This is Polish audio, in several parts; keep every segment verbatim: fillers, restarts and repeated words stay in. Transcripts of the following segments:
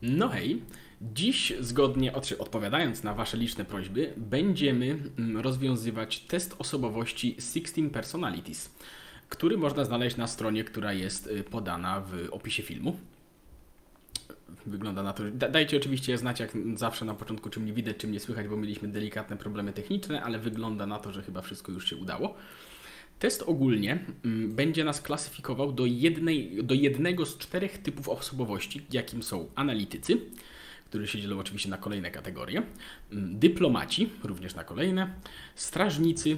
No hej, dziś zgodnie od, odpowiadając na Wasze liczne prośby, będziemy mm, rozwiązywać test osobowości szesnaście Personalities, który można znaleźć na stronie, która jest y, podana w opisie filmu. Wygląda na to, że da, dajcie oczywiście znać jak zawsze na początku, czy mnie widać, czy mnie słychać, bo mieliśmy delikatne problemy techniczne, ale wygląda na to, że chyba wszystko już się udało. Test ogólnie mm, będzie nas klasyfikował do, jednej, do jednego z czterech typów osobowości, jakim są analitycy, którzy się dzielą oczywiście na kolejne kategorie, mm, dyplomaci, również na kolejne, strażnicy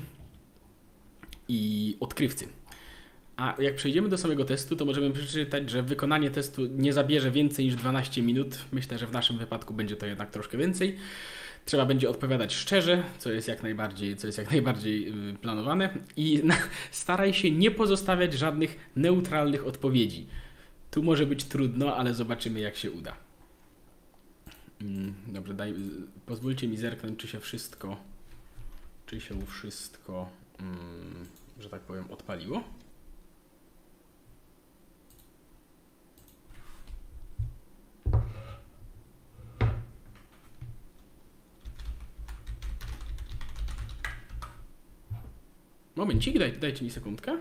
i odkrywcy. A jak przejdziemy do samego testu, to możemy przeczytać, że wykonanie testu nie zabierze więcej niż dwanaście minut. Myślę, że w naszym wypadku będzie to jednak troszkę więcej. Trzeba będzie odpowiadać szczerze, co jest jak najbardziej, co jest jak najbardziej yy, planowane i na, staraj się nie pozostawiać żadnych neutralnych odpowiedzi. Tu może być trudno, ale zobaczymy jak się uda. Yy, dobrze, daj, yy, pozwólcie mi zerknąć, czy się wszystko, czy się wszystko, yy, że tak powiem, odpaliło. Momencik, daj, dajcie mi sekundkę.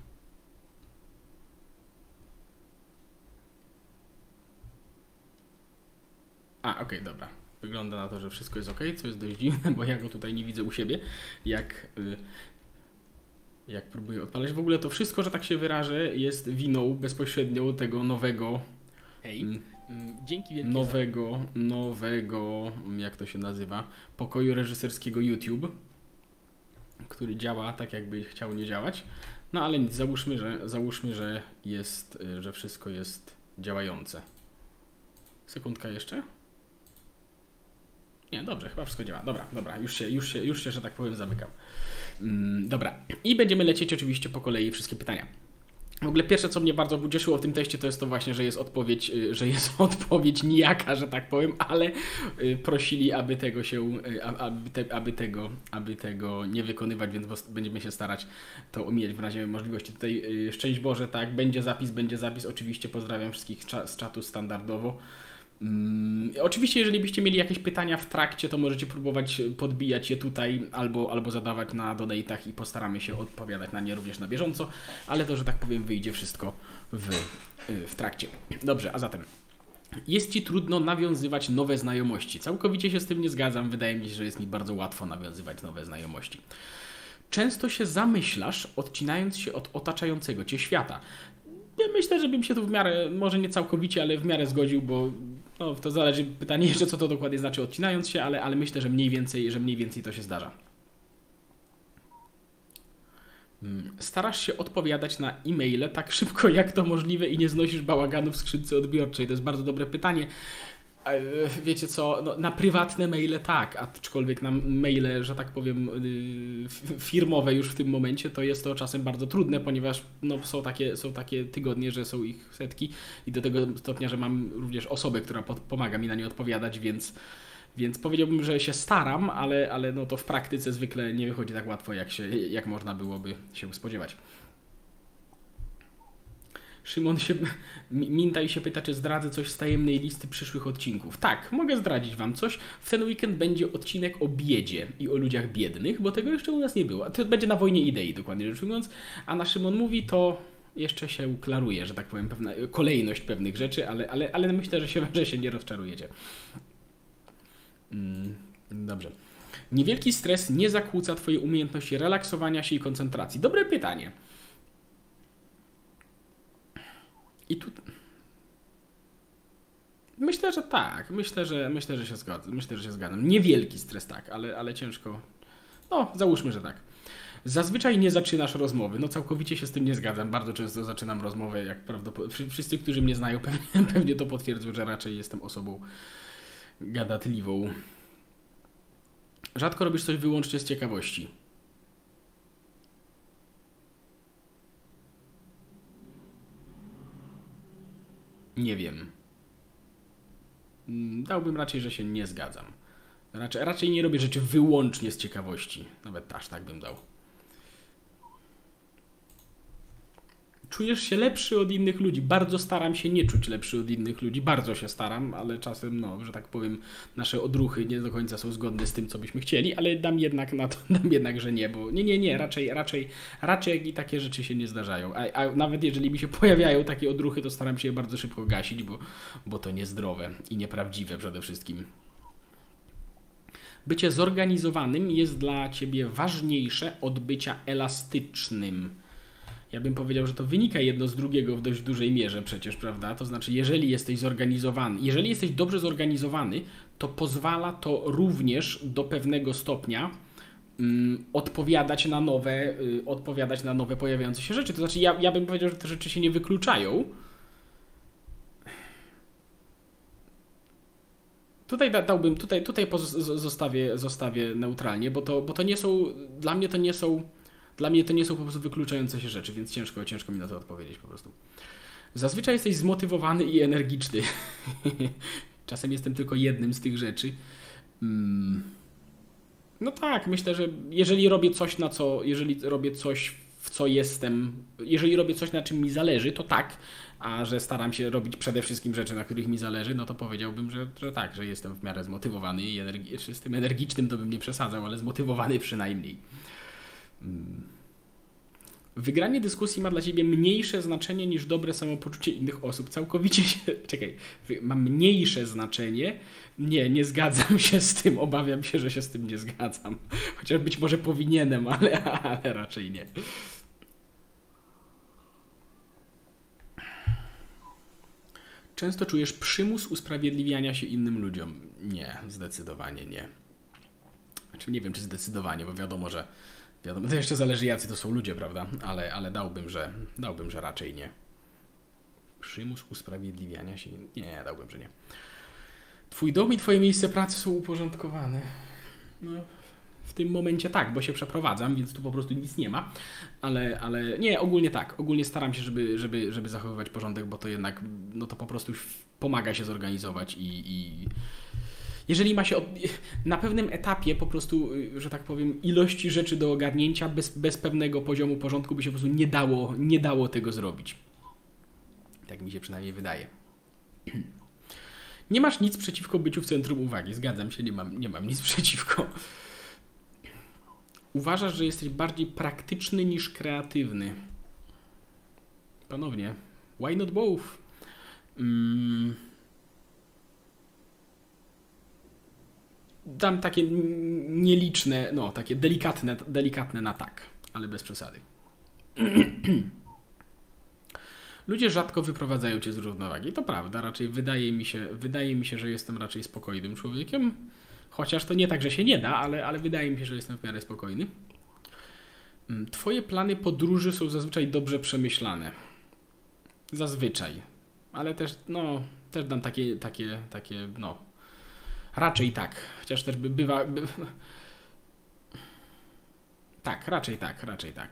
A, okej, okay, dobra. Wygląda na to, że wszystko jest ok, co jest dość dziwne, bo ja go tutaj nie widzę u siebie, jak, y, jak próbuję odpalać. W ogóle to wszystko, że tak się wyrażę, jest winą bezpośrednio tego nowego, Hej, mm, dzięki wielkie nowego, nowego, jak to się nazywa, pokoju reżyserskiego YouTube, który działa tak, jakby chciał nie działać. No ale nic, załóżmy, że, załóżmy, że jest, że wszystko jest działające. Sekundka jeszcze. Nie, dobrze, chyba wszystko działa. Dobra, dobra, już się, już się, już się, że tak powiem, zamykam. Mm, dobra, i będziemy lecieć oczywiście po kolei wszystkie pytania. W ogóle pierwsze, co mnie bardzo ucieszyło w tym teście, to jest to właśnie, że jest odpowiedź, że jest odpowiedź nijaka, że tak powiem, ale prosili, aby tego się, aby, te, aby, tego, aby tego nie wykonywać, więc będziemy się starać to omijać w razie możliwości. Tutaj szczęść Boże, tak, będzie zapis, będzie zapis. Oczywiście pozdrawiam wszystkich z czatu standardowo. Hmm, oczywiście, jeżeli byście mieli jakieś pytania w trakcie, to możecie próbować podbijać je tutaj albo, albo zadawać na donate'ach i postaramy się odpowiadać na nie również na bieżąco, ale to, że tak powiem, wyjdzie wszystko w, w trakcie. Dobrze, a zatem jest Ci trudno nawiązywać nowe znajomości. Całkowicie się z tym nie zgadzam. Wydaje mi się, że jest mi bardzo łatwo nawiązywać nowe znajomości. Często się zamyślasz, odcinając się od otaczającego Cię świata. Myślę, że bym się tu w miarę, może nie całkowicie, ale w miarę zgodził, bo no, to zależy pytanie jeszcze, co to dokładnie znaczy odcinając się, ale, ale myślę, że mniej więcej, że mniej więcej to się zdarza. Starasz się odpowiadać na e-maile tak szybko, jak to możliwe i nie znosisz bałaganu w skrzynce odbiorczej. To jest bardzo dobre pytanie. Wiecie co, no, na prywatne maile tak, aczkolwiek na maile, że tak powiem, firmowe już w tym momencie, to jest to czasem bardzo trudne, ponieważ no, są, takie, są takie tygodnie, że są ich setki i do tego stopnia, że mam również osobę, która pod, pomaga mi na nie odpowiadać, więc, więc powiedziałbym, że się staram, ale, ale no, to w praktyce zwykle nie wychodzi tak łatwo, jak, się, jak można byłoby się spodziewać. Szymon się, Mintaj się pyta, czy zdradzę coś z tajemnej listy przyszłych odcinków. Tak, mogę zdradzić Wam coś. W ten weekend będzie odcinek o biedzie i o ludziach biednych, bo tego jeszcze u nas nie było. To będzie na wojnie idei, dokładnie rzecz ujmując. A na Szymon mówi, to jeszcze się klaruje, że tak powiem, pewna kolejność pewnych rzeczy, ale, ale, ale myślę, że się, że się nie rozczarujecie. Mm, dobrze. Niewielki stres nie zakłóca Twojej umiejętności relaksowania się i koncentracji. Dobre pytanie. I tu... Myślę, że tak. Myślę, że myślę, że się zgadzam. Myślę, że się zgadzam. Niewielki stres, tak, ale, ale ciężko. No, załóżmy, że tak. Zazwyczaj nie zaczynasz rozmowy. No, całkowicie się z tym nie zgadzam. Bardzo często zaczynam rozmowę, jak prawdopodobnie wszyscy, którzy mnie znają, pewnie, pewnie to potwierdzą, że raczej jestem osobą gadatliwą. Rzadko robisz coś wyłącznie z ciekawości. Nie wiem. Dałbym raczej, że się nie zgadzam. Raczej, raczej nie robię rzeczy wyłącznie z ciekawości. Nawet aż tak bym dał. czujesz się lepszy od innych ludzi. Bardzo staram się nie czuć lepszy od innych ludzi. Bardzo się staram, ale czasem, no, że tak powiem, nasze odruchy nie do końca są zgodne z tym, co byśmy chcieli, ale dam jednak na to, dam jednak, że nie, bo nie, nie, nie, raczej, raczej, raczej i takie rzeczy się nie zdarzają. A, a nawet jeżeli mi się pojawiają takie odruchy, to staram się je bardzo szybko gasić, bo, bo to niezdrowe i nieprawdziwe przede wszystkim. Bycie zorganizowanym jest dla ciebie ważniejsze od bycia elastycznym. Ja bym powiedział, że to wynika jedno z drugiego w dość dużej mierze przecież, prawda? To znaczy, jeżeli jesteś zorganizowany, jeżeli jesteś dobrze zorganizowany, to pozwala to również do pewnego stopnia um, odpowiadać na nowe, y, odpowiadać na nowe pojawiające się rzeczy. To znaczy, ja, ja bym powiedział, że te rzeczy się nie wykluczają. Tutaj da, dałbym, tutaj, tutaj zostawię, zostawię neutralnie, bo to, bo to nie są, dla mnie to nie są Dla mnie to nie są po prostu wykluczające się rzeczy, więc ciężko, ciężko mi na to odpowiedzieć po prostu. Zazwyczaj jesteś zmotywowany i energiczny. Czasem jestem tylko jednym z tych rzeczy. Hmm. No tak, myślę, że jeżeli robię coś, na co, jeżeli robię coś, w co jestem, jeżeli robię coś, na czym mi zależy, to tak, a że staram się robić przede wszystkim rzeczy, na których mi zależy, no to powiedziałbym, że, że tak, że jestem w miarę zmotywowany i energi- z tym energicznym to bym nie przesadzał, ale zmotywowany przynajmniej. Wygranie dyskusji ma dla ciebie mniejsze znaczenie niż dobre samopoczucie innych osób. Całkowicie się... Czekaj, ma mniejsze znaczenie? Nie, nie zgadzam się z tym. Obawiam się, że się z tym nie zgadzam. Chociaż być może powinienem, ale, ale raczej nie. Często czujesz przymus usprawiedliwiania się innym ludziom? Nie, zdecydowanie nie. Znaczy nie wiem, czy zdecydowanie, bo wiadomo, że Wiadomo, to jeszcze zależy, jacy to są ludzie, prawda? Ale, ale dałbym, że, dałbym, że raczej nie. Przymus usprawiedliwiania się... Nie, dałbym, że nie. Twój dom i twoje miejsce pracy są uporządkowane. No, w tym momencie tak, bo się przeprowadzam, więc tu po prostu nic nie ma. Ale, ale nie, ogólnie tak. Ogólnie staram się, żeby, żeby, żeby zachowywać porządek, bo to jednak, no to po prostu pomaga się zorganizować i... i jeżeli ma się od, na pewnym etapie po prostu, że tak powiem, ilości rzeczy do ogarnięcia, bez, bez pewnego poziomu porządku by się po prostu nie dało, nie dało tego zrobić. Tak mi się przynajmniej wydaje. Nie masz nic przeciwko byciu w centrum uwagi. Zgadzam się, nie mam, nie mam nic przeciwko. Uważasz, że jesteś bardziej praktyczny niż kreatywny. Ponownie. Why not both? Mm. Dam takie nieliczne, no takie delikatne, delikatne na tak, ale bez przesady. Ludzie rzadko wyprowadzają cię z równowagi. To prawda, raczej wydaje mi się, wydaje mi się, że jestem raczej spokojnym człowiekiem. Chociaż to nie tak, że się nie da, ale, ale wydaje mi się, że jestem w miarę spokojny. Twoje plany podróży są zazwyczaj dobrze przemyślane. Zazwyczaj. Ale też, no, też dam takie, takie, takie, no, raczej tak. Chociaż też by bywa... By... Tak, raczej tak, raczej tak.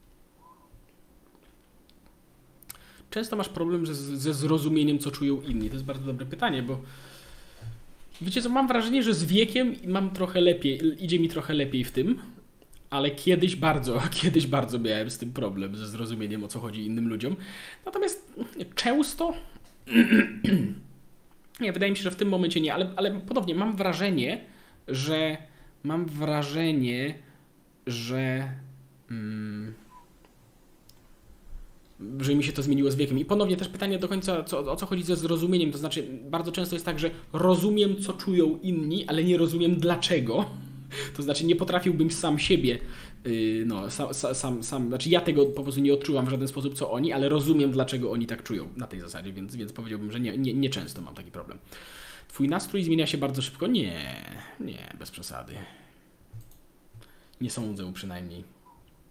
Często masz problem ze, ze zrozumieniem, co czują inni. To jest bardzo dobre pytanie, bo wiecie co, mam wrażenie, że z wiekiem mam trochę lepiej, idzie mi trochę lepiej w tym, ale kiedyś bardzo, kiedyś bardzo miałem z tym problem, ze zrozumieniem, o co chodzi innym ludziom. Natomiast często... Nie, wydaje mi się, że w tym momencie nie, ale, ale podobnie mam wrażenie, że mam wrażenie, że mm, że mi się to zmieniło z wiekiem. I ponownie też pytanie do końca, co, o co chodzi ze zrozumieniem, to znaczy bardzo często jest tak, że rozumiem, co czują inni, ale nie rozumiem dlaczego. To znaczy nie potrafiłbym sam siebie, yy, no sam, sam, sam, znaczy ja tego po prostu nie odczuwam w żaden sposób, co oni, ale rozumiem, dlaczego oni tak czują na tej zasadzie, więc, więc powiedziałbym, że nie, nie, nie często mam taki problem. Twój nastrój zmienia się bardzo szybko? Nie, nie, bez przesady. Nie sądzę przynajmniej.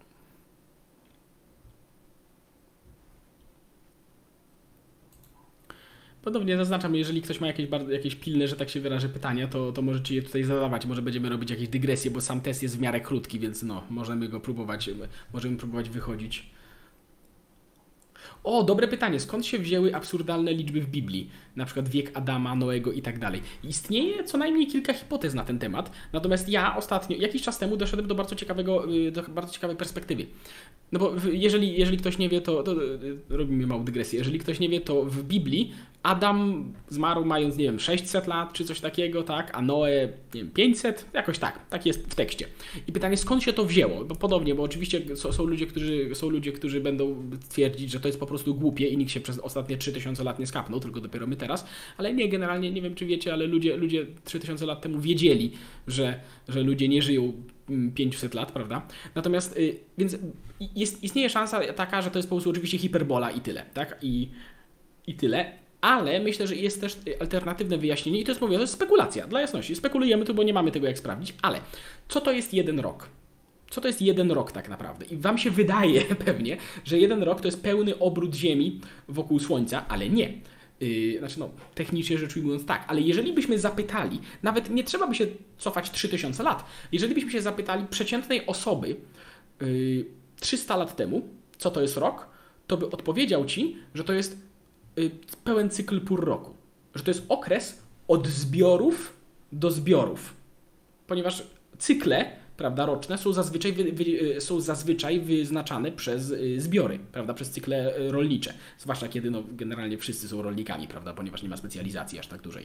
Podobnie zaznaczam, jeżeli ktoś ma jakieś, bardzo, jakieś pilne, że tak się wyrażę, pytania, to, to możecie je tutaj zadawać. Może będziemy robić jakieś dygresje, bo sam test jest w miarę krótki, więc no, możemy go próbować, możemy próbować wychodzić. O, dobre pytanie. Skąd się wzięły absurdalne liczby w Biblii? Na przykład wiek Adama, Noego i tak dalej. Istnieje co najmniej kilka hipotez na ten temat, natomiast ja ostatnio, jakiś czas temu doszedłem do bardzo ciekawego, y, do bardzo ciekawej perspektywy. No bo w- jeżeli, jeżeli ktoś nie wie, to, to y, robimy małą dygresję. Jeżeli ktoś nie wie, to w Biblii Adam zmarł mając, nie wiem, sześćset lat czy coś takiego, tak? A Noe, nie wiem, pięćset? Jakoś tak. Tak jest w tekście. I pytanie, skąd się to wzięło? Bo podobnie, bo oczywiście są, są, ludzie, którzy, są ludzie, którzy będą twierdzić, że to jest po prostu głupie i nikt się przez ostatnie trzy tysiące lat nie skapnął, tylko dopiero my teraz. Ale nie, generalnie nie wiem, czy wiecie, ale ludzie, ludzie trzy tysiące lat temu wiedzieli, że, że ludzie nie żyją mm, pięćset lat, prawda? Natomiast, y, więc jest, istnieje szansa taka, że to jest po prostu oczywiście hiperbola i tyle, tak? I, i tyle. Ale myślę, że jest też alternatywne wyjaśnienie i to jest, mówię, to jest spekulacja, dla jasności. Spekulujemy tu, bo nie mamy tego jak sprawdzić, ale co to jest jeden rok? Co to jest jeden rok tak naprawdę? I wam się wydaje pewnie, że jeden rok to jest pełny obrót Ziemi wokół Słońca, ale nie. Yy, znaczy no, technicznie rzecz ujmując tak, ale jeżeli byśmy zapytali, nawet nie trzeba by się cofać trzy tysiące lat, jeżeli byśmy się zapytali przeciętnej osoby yy, trzysta lat temu, co to jest rok, to by odpowiedział ci, że to jest yy, pełen cykl pór roku. Że to jest okres od zbiorów do zbiorów. Ponieważ cykle, prawda, roczne są zazwyczaj, wy, wy, są zazwyczaj wyznaczane przez y, zbiory, prawda, przez cykle y, rolnicze. Zwłaszcza kiedy no, generalnie wszyscy są rolnikami, prawda, ponieważ nie ma specjalizacji aż tak dużej.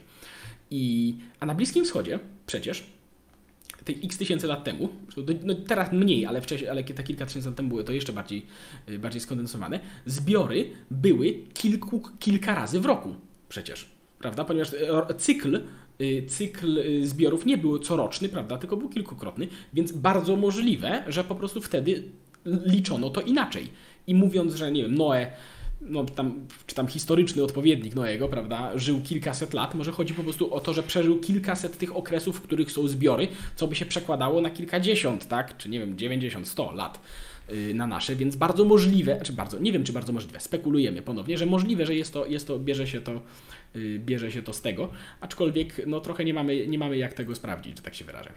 I, a na Bliskim Wschodzie przecież te x tysięcy lat temu, no teraz mniej, ale wcześniej, ale te kilka tysięcy lat temu były to jeszcze bardziej, y, bardziej skondensowane, zbiory były kilku, kilka razy w roku przecież, prawda, ponieważ y, cykl cykl zbiorów nie był coroczny, prawda, tylko był kilkukrotny, więc bardzo możliwe, że po prostu wtedy liczono to inaczej. I mówiąc, że nie wiem, Noe, no tam, czy tam historyczny odpowiednik Noego, prawda, żył kilkaset lat, może chodzi po prostu o to, że przeżył kilkaset tych okresów, w których są zbiory, co by się przekładało na kilkadziesiąt, tak, czy nie wiem, dziewięćdziesiąt, sto lat na nasze, więc bardzo możliwe, czy bardzo, nie wiem czy bardzo możliwe, spekulujemy ponownie, że możliwe, że jest to, jest to, bierze się to, yy, bierze się to z tego, aczkolwiek no trochę nie mamy, nie mamy jak tego sprawdzić, że tak się wyrażę.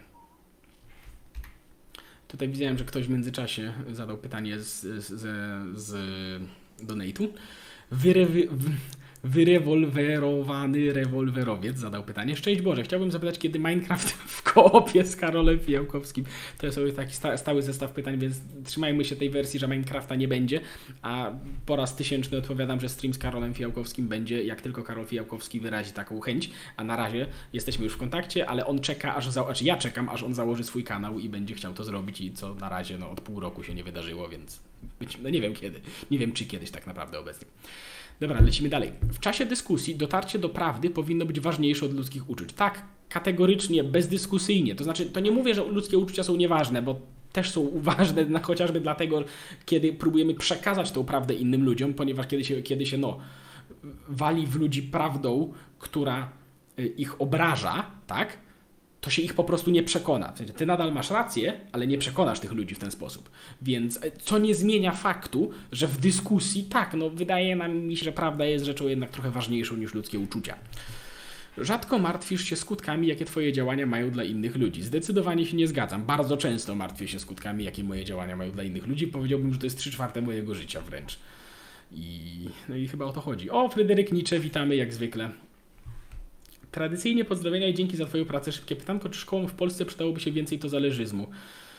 Tutaj widziałem, że ktoś w międzyczasie zadał pytanie z, z, z, z donate'u. Wyrewy, Wyrewolwerowany rewolwerowiec zadał pytanie. Szczęść Boże, chciałbym zapytać, kiedy Minecraft w koopie z Karolem Fijałkowskim. To jest sobie taki sta stały zestaw pytań, więc trzymajmy się tej wersji, że Minecrafta nie będzie, a po raz tysięczny odpowiadam, że stream z Karolem Fijałkowskim będzie, jak tylko Karol Fijałkowski wyrazi taką chęć, a na razie jesteśmy już w kontakcie, ale on czeka, aż za znaczy ja czekam, aż on założy swój kanał i będzie chciał to zrobić i co na razie no, od pół roku się nie wydarzyło, więc być, no nie wiem kiedy, nie wiem czy kiedyś tak naprawdę obecnie. Dobra, lecimy dalej. W czasie dyskusji dotarcie do prawdy powinno być ważniejsze od ludzkich uczuć. Tak, kategorycznie, bezdyskusyjnie. To znaczy, to nie mówię, że ludzkie uczucia są nieważne, bo też są ważne na, chociażby dlatego, kiedy próbujemy przekazać tą prawdę innym ludziom, ponieważ kiedy się, kiedy się no, wali w ludzi prawdą, która ich obraża, tak, to się ich po prostu nie przekona. W sensie, ty nadal masz rację, ale nie przekonasz tych ludzi w ten sposób. Więc co nie zmienia faktu, że w dyskusji, tak, no wydaje nam mi się, że prawda jest rzeczą jednak trochę ważniejszą niż ludzkie uczucia. Rzadko martwisz się skutkami, jakie twoje działania mają dla innych ludzi. Zdecydowanie się nie zgadzam. Bardzo często martwię się skutkami, jakie moje działania mają dla innych ludzi. Powiedziałbym, że to jest trzy czwarte mojego życia wręcz. I, no i chyba o to chodzi. O, Fryderyk Nietzsche, witamy jak zwykle. Tradycyjnie pozdrowienia i dzięki za twoją pracę. Szybkie pytanko, czy szkołom w Polsce przydałoby się więcej tozależyzmu?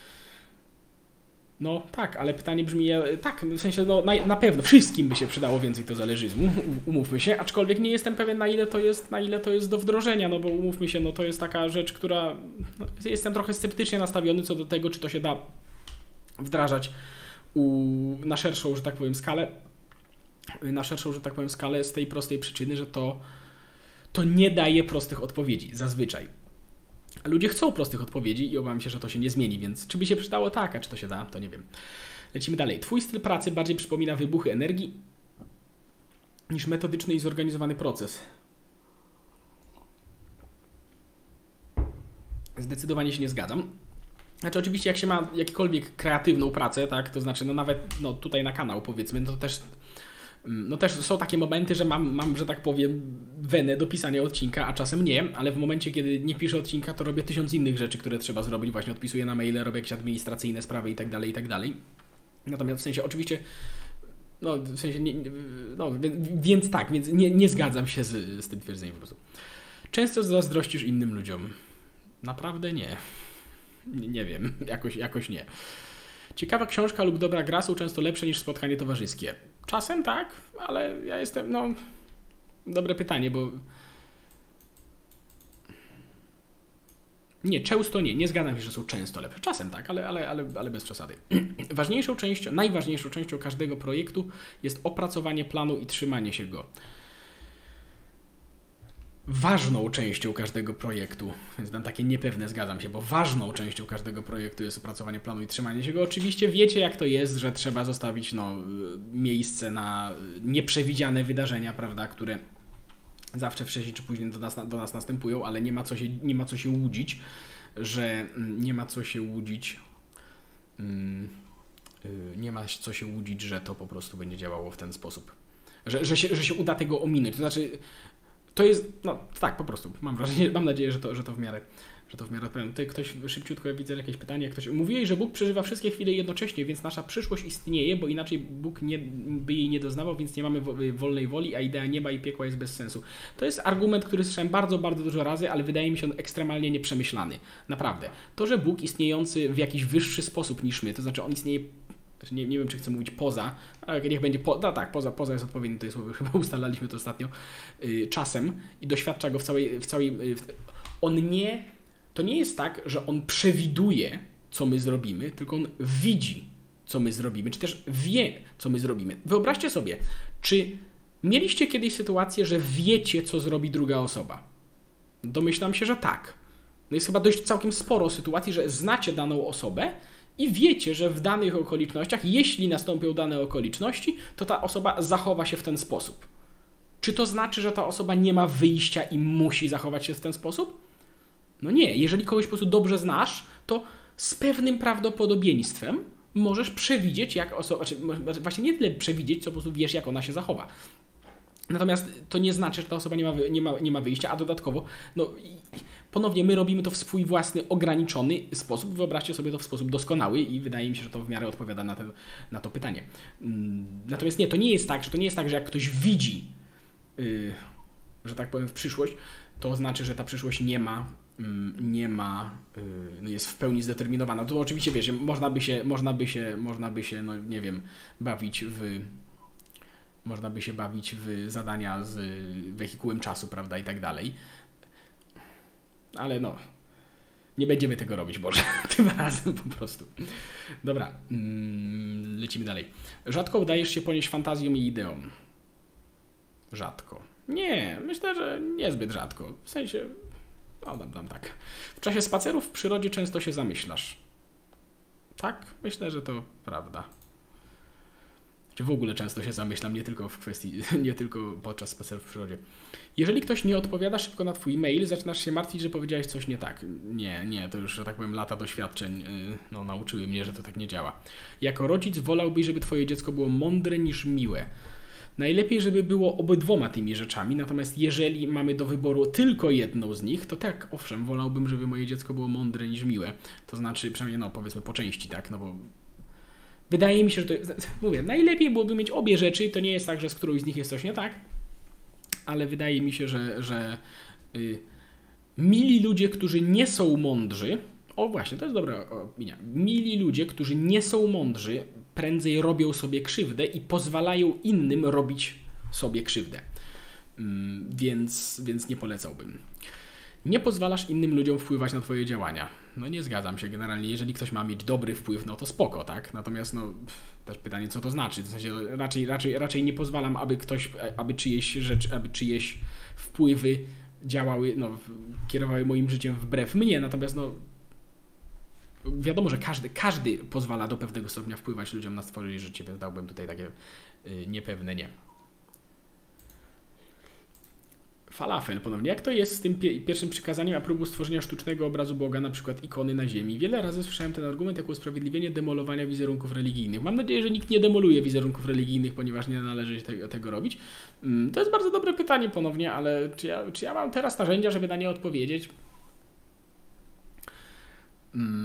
No tak, ale pytanie brzmi, tak, w sensie no, na, na pewno wszystkim by się przydało więcej tozależyzmu, umówmy się, aczkolwiek nie jestem pewien na ile to jest, na ile to jest do wdrożenia, no bo umówmy się, no to jest taka rzecz, która, no, jestem trochę sceptycznie nastawiony co do tego, czy to się da wdrażać u, na szerszą, że tak powiem, skalę, na szerszą, że tak powiem, skalę z tej prostej przyczyny, że to to nie daje prostych odpowiedzi, zazwyczaj. Ludzie chcą prostych odpowiedzi i obawiam się, że to się nie zmieni, więc czy by się przydało? Tak, a czy to się da? To nie wiem. Lecimy dalej. Twój styl pracy bardziej przypomina wybuchy energii niż metodyczny i zorganizowany proces. Zdecydowanie się nie zgadzam. Znaczy oczywiście jak się ma jakąkolwiek kreatywną pracę, tak, to znaczy no nawet no, tutaj na kanał powiedzmy, no to też No też są takie momenty, że mam, mam, że tak powiem, wenę do pisania odcinka, a czasem nie, ale w momencie, kiedy nie piszę odcinka, to robię tysiąc innych rzeczy, które trzeba zrobić, właśnie odpisuję na maile, robię jakieś administracyjne sprawy i tak dalej, i tak dalej. Natomiast w sensie oczywiście No, w sensie, nie, no, więc tak, więc nie, nie zgadzam się z, z tym twierdzeniem po prostu. Często zazdrościsz innym ludziom. Naprawdę nie. Nie, nie wiem, jakoś, jakoś nie. Ciekawa książka lub dobra gra są często lepsze niż spotkanie towarzyskie. Czasem tak, ale ja jestem, no... Dobre pytanie, bo... Nie, często nie. Nie zgadzam się, że są często lepsze. Czasem tak, ale, ale, ale, ale bez przesady. Ważniejszą częścią, najważniejszą częścią każdego projektu jest opracowanie planu i trzymanie się go. Ważną częścią każdego projektu, więc tam takie niepewne zgadzam się, bo ważną częścią każdego projektu jest opracowanie planu i trzymanie się go. Oczywiście wiecie, jak to jest, że trzeba zostawić no, miejsce na nieprzewidziane wydarzenia, prawda, które zawsze wcześniej czy później do nas, do nas następują, ale nie ma co się, nie ma co się łudzić, że nie ma co się łudzić, nie ma co się łudzić, że to po prostu będzie działało w ten sposób. Że, że, się, że się uda tego ominąć. To znaczy, to jest, no tak, po prostu. Mam wrażenie, mam nadzieję, że to, że to w miarę, że to w miarę odpowiem. Tutaj ktoś szybciutko, ja widzę jakieś pytanie. Ktoś mówiłeś, że Bóg przeżywa wszystkie chwile jednocześnie, więc nasza przyszłość istnieje, bo inaczej Bóg nie, by jej nie doznawał, więc nie mamy wolnej woli, a idea nieba i piekła jest bez sensu. To jest argument, który słyszałem bardzo, bardzo dużo razy, ale wydaje mi się on ekstremalnie nieprzemyślany. Naprawdę. To, że Bóg istniejący w jakiś wyższy sposób niż my, to znaczy on istnieje. Nie, nie wiem, czy chcę mówić poza, ale niech będzie, po, no tak, poza, poza jest odpowiednie, to jest słowo, chyba ustalaliśmy to ostatnio, yy, czasem i doświadcza go w całej, w całej yy, w, on nie, to nie jest tak, że on przewiduje, co my zrobimy, tylko on widzi, co my zrobimy, czy też wie, co my zrobimy. Wyobraźcie sobie, czy mieliście kiedyś sytuację, że wiecie, co zrobi druga osoba? Domyślam się, że tak. No jest chyba dość całkiem sporo sytuacji, że znacie daną osobę, i wiecie, że w danych okolicznościach, jeśli nastąpią dane okoliczności, to ta osoba zachowa się w ten sposób. Czy to znaczy, że ta osoba nie ma wyjścia i musi zachować się w ten sposób? No nie. Jeżeli kogoś po prostu dobrze znasz, to z pewnym prawdopodobieństwem możesz przewidzieć, jak osoba, znaczy właśnie nie tyle przewidzieć, co po prostu wiesz, jak ona się zachowa. Natomiast to nie znaczy, że ta osoba nie ma, nie ma, nie ma wyjścia, a dodatkowo, no ponownie my robimy to w swój własny, ograniczony sposób. Wyobraźcie sobie to w sposób doskonały i wydaje mi się, że to w miarę odpowiada na to, na to pytanie. Natomiast nie, to nie jest tak, że to nie jest tak, że jak ktoś widzi, yy, że tak powiem, w przyszłość, to znaczy, że ta przyszłość nie ma, yy, nie ma, yy, jest w pełni zdeterminowana. To oczywiście, wiesz, można by się, można by się, można by się, no nie wiem, bawić w... Można by się bawić w zadania z wehikułem czasu, prawda, i tak dalej. Ale no, nie będziemy tego robić, Boże, tym razem po prostu. Dobra, mm, lecimy dalej. Rzadko udajesz się ponieść fantazją i ideą. Rzadko. Nie, myślę, że niezbyt rzadko. W sensie, no dam, dam tak. W czasie spacerów w przyrodzie często się zamyślasz. Tak, myślę, że to prawda. Czy w ogóle często się zamyślam, nie tylko w kwestii, nie tylko podczas spacerów w przyrodzie. Jeżeli ktoś nie odpowiada szybko na twój mail, zaczynasz się martwić, że powiedziałeś coś nie tak. Nie, nie, to już, że tak powiem, lata doświadczeń no, nauczyły mnie, że to tak nie działa. Jako rodzic wolałbyś, żeby twoje dziecko było mądre niż miłe. Najlepiej, żeby było obydwoma tymi rzeczami, natomiast jeżeli mamy do wyboru tylko jedną z nich, to tak, owszem, wolałbym, żeby moje dziecko było mądre niż miłe. To znaczy, przynajmniej, no powiedzmy po części, tak, no bo wydaje mi się, że to jest, mówię, najlepiej byłoby mieć obie rzeczy, to nie jest tak, że z którąś z nich jest coś nie tak, ale wydaje mi się, że, że y, mili ludzie, którzy nie są mądrzy, o właśnie, to jest dobra opinia, mili ludzie, którzy nie są mądrzy, prędzej robią sobie krzywdę i pozwalają innym robić sobie krzywdę. Mm, więc, więc nie polecałbym. Nie pozwalasz innym ludziom wpływać na twoje działania. No nie zgadzam się generalnie. Jeżeli ktoś ma mieć dobry wpływ, no to spoko, tak? Natomiast no też pytanie, co to znaczy. W sensie raczej, raczej, raczej nie pozwalam, aby ktoś, aby czyjeś rzeczy, aby czyjeś wpływy działały, no kierowały moim życiem wbrew mnie. Natomiast no wiadomo, że każdy, każdy pozwala do pewnego stopnia wpływać ludziom na swoje życie, więc dałbym tutaj takie yy, niepewne nie. Falafel ponownie. Jak to jest z tym pie- pierwszym przykazaniem a próbą stworzenia sztucznego obrazu Boga, na przykład ikony na ziemi? Wiele razy słyszałem ten argument jako usprawiedliwienie demolowania wizerunków religijnych. Mam nadzieję, że nikt nie demoluje wizerunków religijnych, ponieważ nie należy tego, tego robić. To jest bardzo dobre pytanie ponownie, ale czy ja, czy ja mam teraz narzędzia, żeby na nie odpowiedzieć?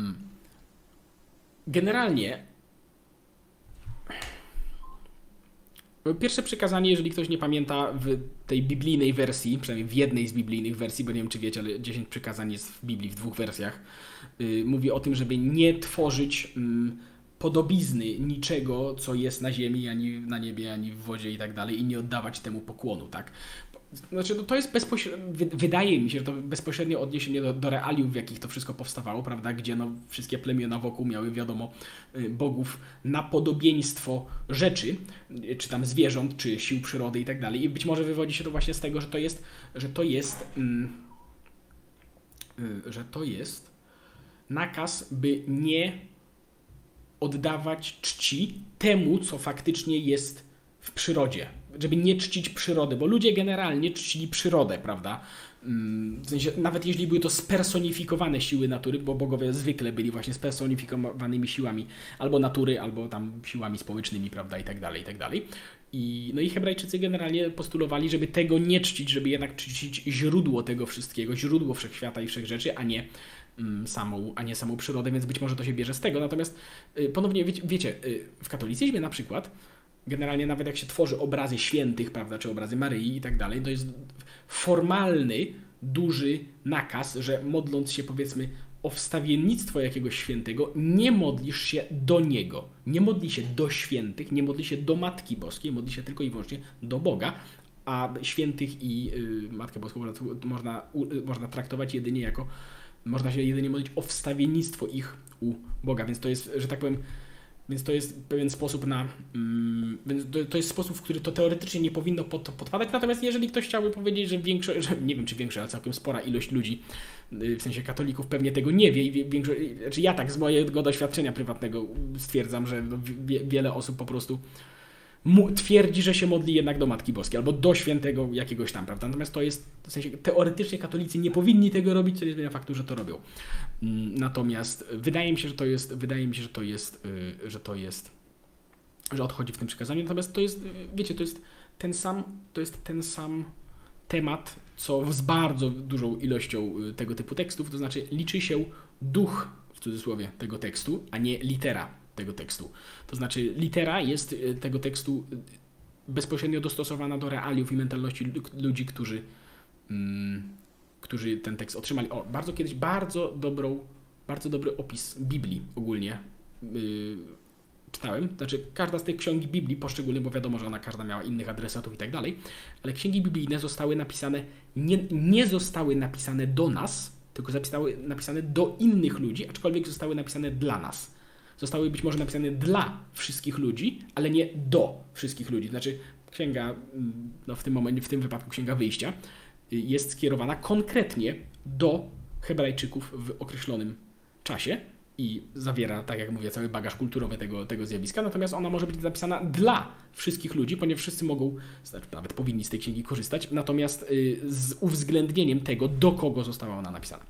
Generalnie Pierwsze przykazanie, jeżeli ktoś nie pamięta, w tej biblijnej wersji, przynajmniej w jednej z biblijnych wersji, bo nie wiem czy wiecie, ale dziesięć przykazań jest w Biblii w dwóch wersjach, yy, mówi o tym, żeby nie tworzyć yy, podobizny niczego, co jest na ziemi, ani na niebie, ani w wodzie i tak dalej i nie oddawać temu pokłonu, tak? Znaczy, no to jest bezpośrednio, wydaje mi się, że to bezpośrednio odniesienie do, do realiów, w jakich to wszystko powstawało, prawda, gdzie no, wszystkie plemiona wokół miały, wiadomo, bogów na podobieństwo rzeczy, czy tam zwierząt, czy sił przyrody i tak dalej. I być może wywodzi się to właśnie z tego, że to jest, że to jest, mm, że to jest nakaz, by nie oddawać czci temu, co faktycznie jest w przyrodzie. Żeby nie czcić przyrody, bo ludzie generalnie czcili przyrodę, prawda? W sensie, nawet jeśli były to spersonifikowane siły natury, bo bogowie zwykle byli właśnie spersonifikowanymi siłami albo natury, albo tam siłami społecznymi, prawda, i tak dalej, i tak dalej. I, no i Hebrajczycy generalnie postulowali, żeby tego nie czcić, żeby jednak czcić źródło tego wszystkiego, źródło wszechświata i wszechrzeczy, a nie mm, samą, a nie samą przyrodę, więc być może to się bierze z tego. Natomiast y, ponownie, wiecie, wiecie y, w katolicyzmie na przykład generalnie nawet jak się tworzy obrazy świętych, prawda, czy obrazy Maryi i tak dalej, to jest formalny, duży nakaz, że modląc się, powiedzmy, o wstawiennictwo jakiegoś świętego, nie modlisz się do niego. Nie modli się do świętych, nie modli się do Matki Boskiej, modli się tylko i wyłącznie do Boga, a świętych i y, Matkę Boską można, można, y, można traktować jedynie jako, można się jedynie modlić o wstawiennictwo ich u Boga, więc to jest, że tak powiem, Więc to jest pewien sposób na. Mm, więc to, to jest sposób, w który to teoretycznie nie powinno pod, podpadać. Natomiast jeżeli ktoś chciałby powiedzieć, że większość, że nie wiem czy większość, ale całkiem spora ilość ludzi, w sensie katolików, pewnie tego nie wie. I większość, znaczy ja tak z mojego doświadczenia prywatnego stwierdzam, że wie, wiele osób po prostu mu, twierdzi, że się modli jednak do Matki Boskiej albo do świętego jakiegoś tam, prawda? Natomiast to jest, w sensie teoretycznie katolicy nie powinni tego robić, co nie zmienia faktu, że to robią. Natomiast wydaje mi się, że to jest, wydaje mi się, że to jest, że to jest, że odchodzi w tym przekazaniu. Natomiast to jest, wiecie, to jest ten sam, to jest ten sam temat, co z bardzo dużą ilością tego typu tekstów, to znaczy liczy się duch, w cudzysłowie, tego tekstu, a nie litera tego tekstu. To znaczy litera jest tego tekstu bezpośrednio dostosowana do realiów i mentalności ludzi, którzy, mm, którzy ten tekst otrzymali. O, bardzo kiedyś bardzo dobrą, bardzo dobry opis Biblii ogólnie yy, czytałem. Znaczy każda z tych ksiąg Biblii poszczególnie, bo wiadomo, że ona każda miała innych adresatów i tak dalej, ale księgi biblijne zostały napisane, nie, nie zostały napisane do nas, tylko zostały napisane do innych ludzi, aczkolwiek zostały napisane dla nas. Zostały być może napisane dla wszystkich ludzi, ale nie do wszystkich ludzi. Znaczy księga, no w tym momencie, w tym wypadku księga wyjścia, jest skierowana konkretnie do Hebrajczyków w określonym czasie i zawiera, tak jak mówię, cały bagaż kulturowy tego, tego zjawiska, natomiast ona może być napisana dla wszystkich ludzi, ponieważ wszyscy mogą, znaczy nawet powinni z tej księgi korzystać, natomiast z uwzględnieniem tego, do kogo została ona napisana.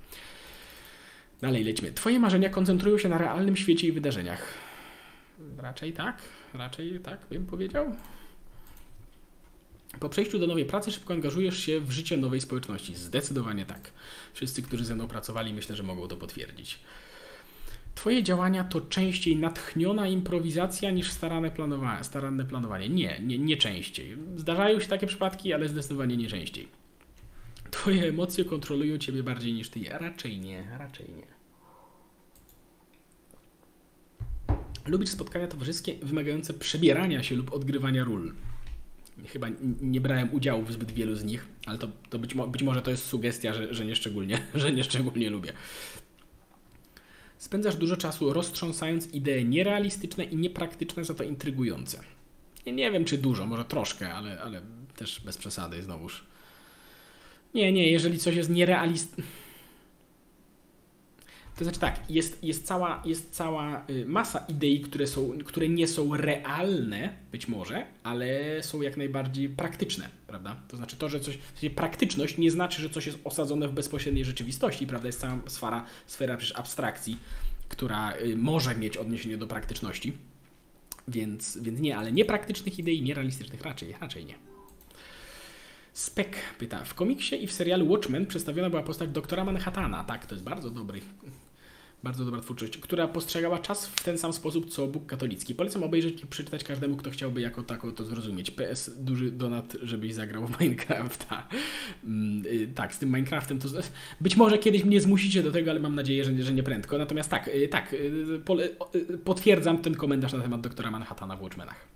Dalej lećmy. Twoje marzenia koncentrują się na realnym świecie i wydarzeniach. Raczej tak, raczej tak bym powiedział. Po przejściu do nowej pracy szybko angażujesz się w życie nowej społeczności. Zdecydowanie tak. Wszyscy, którzy ze mną pracowali, myślę, że mogą to potwierdzić. Twoje działania to częściej natchniona improwizacja niż starane planowanie. Staranne planowanie. Nie, nie, nie częściej. Zdarzają się takie przypadki, ale zdecydowanie nie częściej. Twoje emocje kontrolują ciebie bardziej niż ty. Raczej nie, raczej nie. Lubisz spotkania towarzyskie wymagające przebierania się lub odgrywania ról. Chyba nie brałem udziału w zbyt wielu z nich, ale to, to być, być może to jest sugestia, że, że, nie szczególnie, że nie szczególnie lubię. Spędzasz dużo czasu roztrząsając idee nierealistyczne i niepraktyczne, za to intrygujące. Nie, nie wiem, czy dużo, może troszkę, ale, ale też bez przesady znowuż. Nie, nie, jeżeli coś jest nierealistyczne. To znaczy tak, jest, jest, cała, jest cała masa idei, które, są, które nie są realne, być może, ale są jak najbardziej praktyczne, prawda? To znaczy to, że coś, praktyczność nie znaczy, że coś jest osadzone w bezpośredniej rzeczywistości, prawda? Jest cała sfera, sfera przecież abstrakcji, która może mieć odniesienie do praktyczności, więc, więc nie, ale niepraktycznych idei, nierealistycznych raczej, raczej nie. Spek pyta, w komiksie i w serialu Watchmen przedstawiona była postać doktora Manhattana. Tak, to jest bardzo dobry, Bardzo dobra twórczość, która postrzegała czas w ten sam sposób, co Bóg katolicki. Polecam obejrzeć i przeczytać każdemu, kto chciałby jako tako to zrozumieć. P S, duży donat, żebyś zagrał w Minecrafta. Mm, y, tak, z tym Minecraftem to... Być może kiedyś mnie zmusicie do tego, ale mam nadzieję, że, że nie prędko. Natomiast tak, y, tak, y, pole, y, potwierdzam ten komentarz na temat doktora Manhattana w Watchmenach.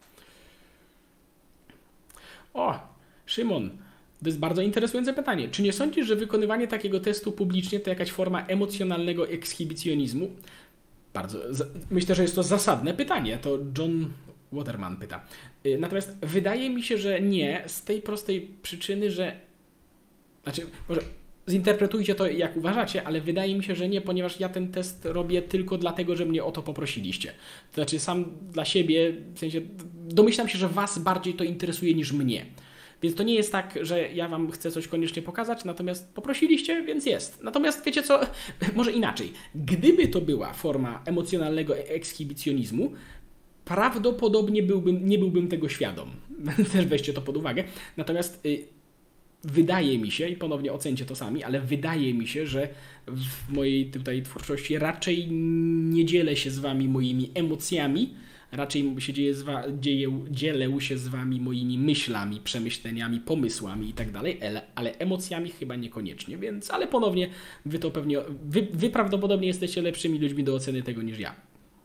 O, Szymon, to jest bardzo interesujące pytanie. Czy nie sądzisz, że wykonywanie takiego testu publicznie to jakaś forma emocjonalnego ekshibicjonizmu? Bardzo. Myślę, że jest to zasadne pytanie. To John Waterman pyta. Natomiast wydaje mi się, że nie, z tej prostej przyczyny, że... Znaczy, może zinterpretujcie to jak uważacie, ale wydaje mi się, że nie, ponieważ ja ten test robię tylko dlatego, że mnie o to poprosiliście. To znaczy sam dla siebie, w sensie domyślam się, że was bardziej to interesuje niż mnie. Więc to nie jest tak, że ja wam chcę coś koniecznie pokazać, natomiast poprosiliście, więc jest. Natomiast wiecie co, może inaczej. Gdyby to była forma emocjonalnego ekshibicjonizmu, prawdopodobnie byłbym, nie byłbym tego świadom. Też weźcie to pod uwagę. Natomiast y, wydaje mi się, i ponownie ocencie to sami, ale wydaje mi się, że w mojej tutaj twórczości raczej nie dzielę się z wami moimi emocjami, raczej się dzieje z wa- dzieje, dzielę się z wami moimi myślami, przemyśleniami, pomysłami i tak dalej, ale emocjami chyba niekoniecznie, więc, ale ponownie wy to pewnie, wy, wy prawdopodobnie jesteście lepszymi ludźmi do oceny tego niż ja.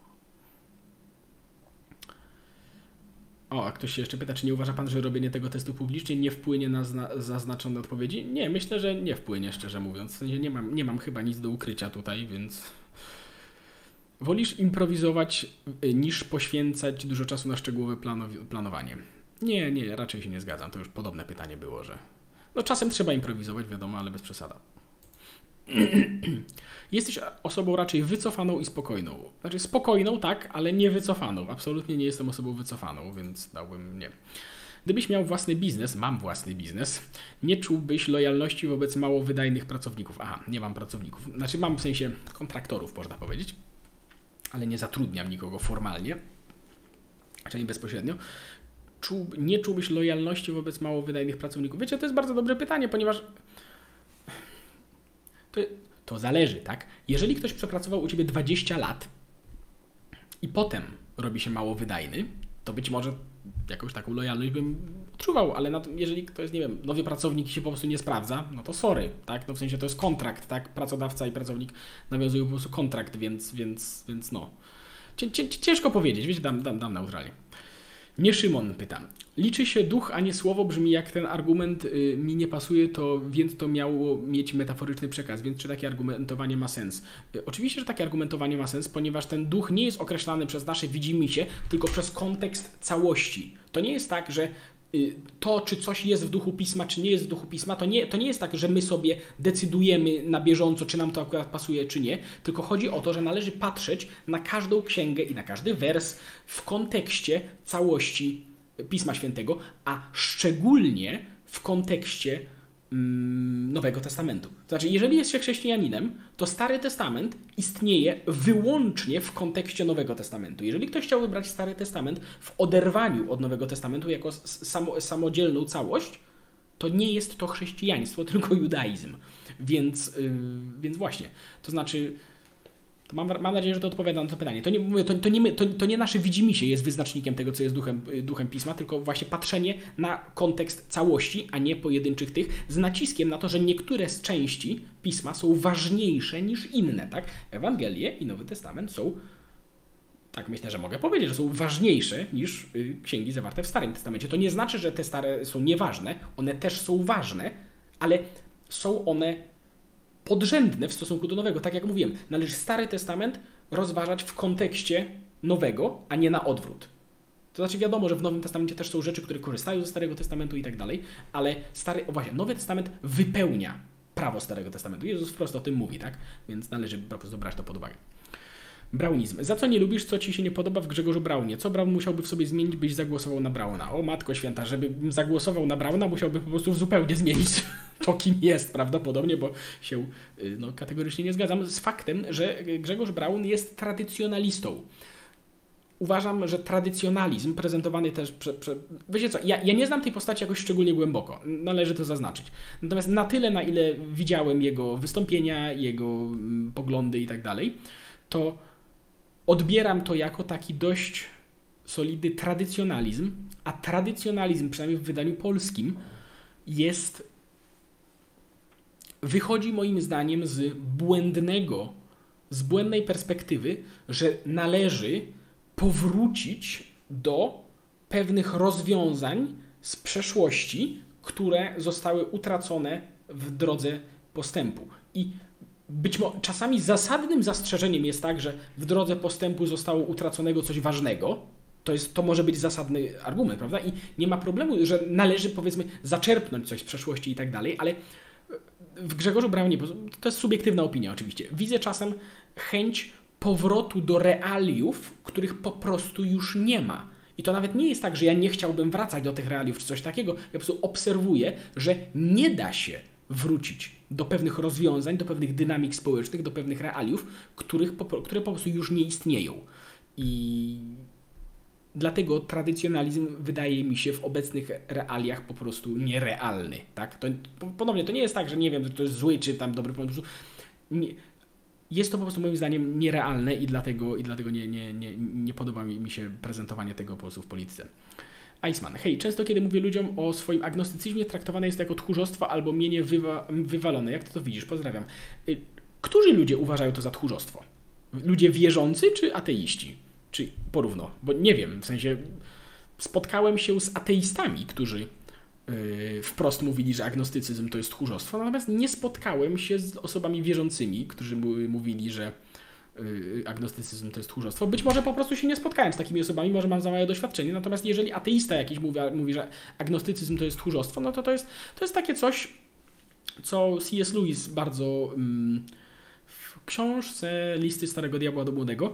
O, a ktoś się jeszcze pyta, czy nie uważa pan, że robienie tego testu publicznie nie wpłynie na zna- zaznaczone odpowiedzi? Nie, myślę, że nie wpłynie, szczerze mówiąc. W sensie nie mam, nie mam chyba nic do ukrycia tutaj, więc... Wolisz improwizować niż poświęcać dużo czasu na szczegółowe planow- planowanie? Nie, nie, raczej się nie zgadzam. To już podobne pytanie było, że... No czasem trzeba improwizować, wiadomo, ale bez przesady. Jesteś osobą raczej wycofaną i spokojną. Znaczy spokojną, tak, ale nie wycofaną. Absolutnie nie jestem osobą wycofaną, więc dałbym nie. Gdybyś miał własny biznes, mam własny biznes, nie czułbyś lojalności wobec mało wydajnych pracowników. Aha, nie mam pracowników. Znaczy mam w sensie kontraktorów, można powiedzieć, ale nie zatrudniam nikogo formalnie, czyli bezpośrednio. Czuł, nie czułbyś lojalności wobec mało wydajnych pracowników? Wiecie, to jest bardzo dobre pytanie, ponieważ to, to zależy, tak? Jeżeli ktoś przepracował u ciebie dwadzieścia lat i potem robi się mało wydajny, to być może jakąś taką lojalność bym odczuwał, ale na to, jeżeli ktoś, nie wiem, nowy pracownik się po prostu nie sprawdza, no to sorry, tak? No w sensie to jest kontrakt, tak? Pracodawca i pracownik nawiązują po prostu kontrakt, więc, więc, więc no. Cię, cię, ciężko powiedzieć, wiecie, dam, dam, dam neutralnie. Nie Szymon pyta. Liczy się duch, a nie słowo, brzmi jak ten argument y, mi nie pasuje, to więc to miało mieć metaforyczny przekaz, więc czy takie argumentowanie ma sens? Y, oczywiście, że takie argumentowanie ma sens, ponieważ ten duch nie jest określany przez nasze widzimisię, tylko przez kontekst całości. To nie jest tak, że y, to, czy coś jest w duchu pisma, czy nie jest w duchu pisma, to nie, to nie jest tak, że my sobie decydujemy na bieżąco, czy nam to akurat pasuje, czy nie, tylko chodzi o to, że należy patrzeć na każdą księgę i na każdy wers w kontekście całości Pisma Świętego, a szczególnie w kontekście mm, Nowego Testamentu. To znaczy, jeżeli jest się chrześcijaninem, to Stary Testament istnieje wyłącznie w kontekście Nowego Testamentu. Jeżeli ktoś chciałby brać Stary Testament w oderwaniu od Nowego Testamentu jako samo, samodzielną całość, to nie jest to chrześcijaństwo, tylko judaizm. Więc, yy, więc właśnie, to znaczy... To mam, mam nadzieję, że to odpowiada na to pytanie. To nie, to, to, nie my, to, to nie nasze widzimisię jest wyznacznikiem tego, co jest duchem, duchem Pisma, tylko właśnie patrzenie na kontekst całości, a nie pojedynczych tych, z naciskiem na to, że niektóre z części Pisma są ważniejsze niż inne. Tak? Ewangelie i Nowy Testament są, tak myślę, że mogę powiedzieć, że są ważniejsze niż y, księgi zawarte w Starym Testamencie. To nie znaczy, że te stare są nieważne, one też są ważne, ale są one podrzędne w stosunku do Nowego. Tak jak mówiłem, należy Stary Testament rozważać w kontekście Nowego, a nie na odwrót. To znaczy wiadomo, że w Nowym Testamencie też są rzeczy, które korzystają ze Starego Testamentu i tak dalej, ale stary, o właśnie, Nowy Testament wypełnia prawo Starego Testamentu. Jezus wprost o tym mówi, tak? Więc należy po prostu brać to pod uwagę. Braunizm. Za co nie lubisz, co ci się nie podoba w Grzegorzu Braunie? Co Braun musiałby w sobie zmienić, byś zagłosował na Brauna? O Matko Święta, żebym zagłosował na Brauna, musiałby po prostu zupełnie zmienić to, kim jest prawdopodobnie, bo się no, kategorycznie nie zgadzam z faktem, że Grzegorz Braun jest tradycjonalistą. uważam, że tradycjonalizm prezentowany też... Prze, prze, wiecie co, ja, ja nie znam tej postaci jakoś szczególnie głęboko, należy to zaznaczyć. Natomiast na tyle, na ile widziałem jego wystąpienia, jego mm, poglądy i tak dalej, to odbieram to jako taki dość solidny tradycjonalizm, a tradycjonalizm, przynajmniej w wydaniu polskim, jest... wychodzi moim zdaniem z błędnego, z błędnej perspektywy, że należy powrócić do pewnych rozwiązań z przeszłości, które zostały utracone w drodze postępu. I być może czasami zasadnym zastrzeżeniem jest tak, że w drodze postępu zostało utraconego coś ważnego. To, jest, to może być zasadny argument, prawda? I nie ma problemu, że należy, powiedzmy, zaczerpnąć coś z przeszłości i tak dalej, ale w Grzegorzu Braunie, to jest subiektywna opinia oczywiście, widzę czasem chęć powrotu do realiów, których po prostu już nie ma. I to nawet nie jest tak, że ja nie chciałbym wracać do tych realiów czy coś takiego. Ja po prostu obserwuję, że nie da się wrócić do pewnych rozwiązań, do pewnych dynamik społecznych, do pewnych realiów, których po, które po prostu już nie istnieją. I dlatego tradycjonalizm wydaje mi się w obecnych realiach po prostu nierealny. Tak? To, ponownie, to nie jest tak, że nie wiem, że to jest zły czy tam dobry pomysł. Nie, jest to po prostu moim zdaniem nierealne i dlatego, i dlatego nie, nie, nie, nie podoba mi się prezentowanie tego po prostu w polityce. Iceman. Hej, często kiedy mówię ludziom o swoim agnostycyzmie, traktowane jest jako tchórzostwo albo mienie wywa wywalone. Jak ty to widzisz? Pozdrawiam. Którzy ludzie uważają to za tchórzostwo? Ludzie wierzący czy ateiści? Czy porówno? Bo nie wiem, w sensie spotkałem się z ateistami, którzy yy, wprost mówili, że agnostycyzm to jest tchórzostwo, natomiast nie spotkałem się z osobami wierzącymi, którzy mówili, że yy, agnostycyzm to jest tchórzostwo. Być może po prostu się nie spotkałem z takimi osobami, może mam za małe doświadczenie, natomiast jeżeli ateista jakiś mówi, mówi że agnostycyzm to jest tchórzostwo, no to to jest, to jest takie coś, co C S Lewis bardzo yy, w książce Listy Starego Diabła do Młodego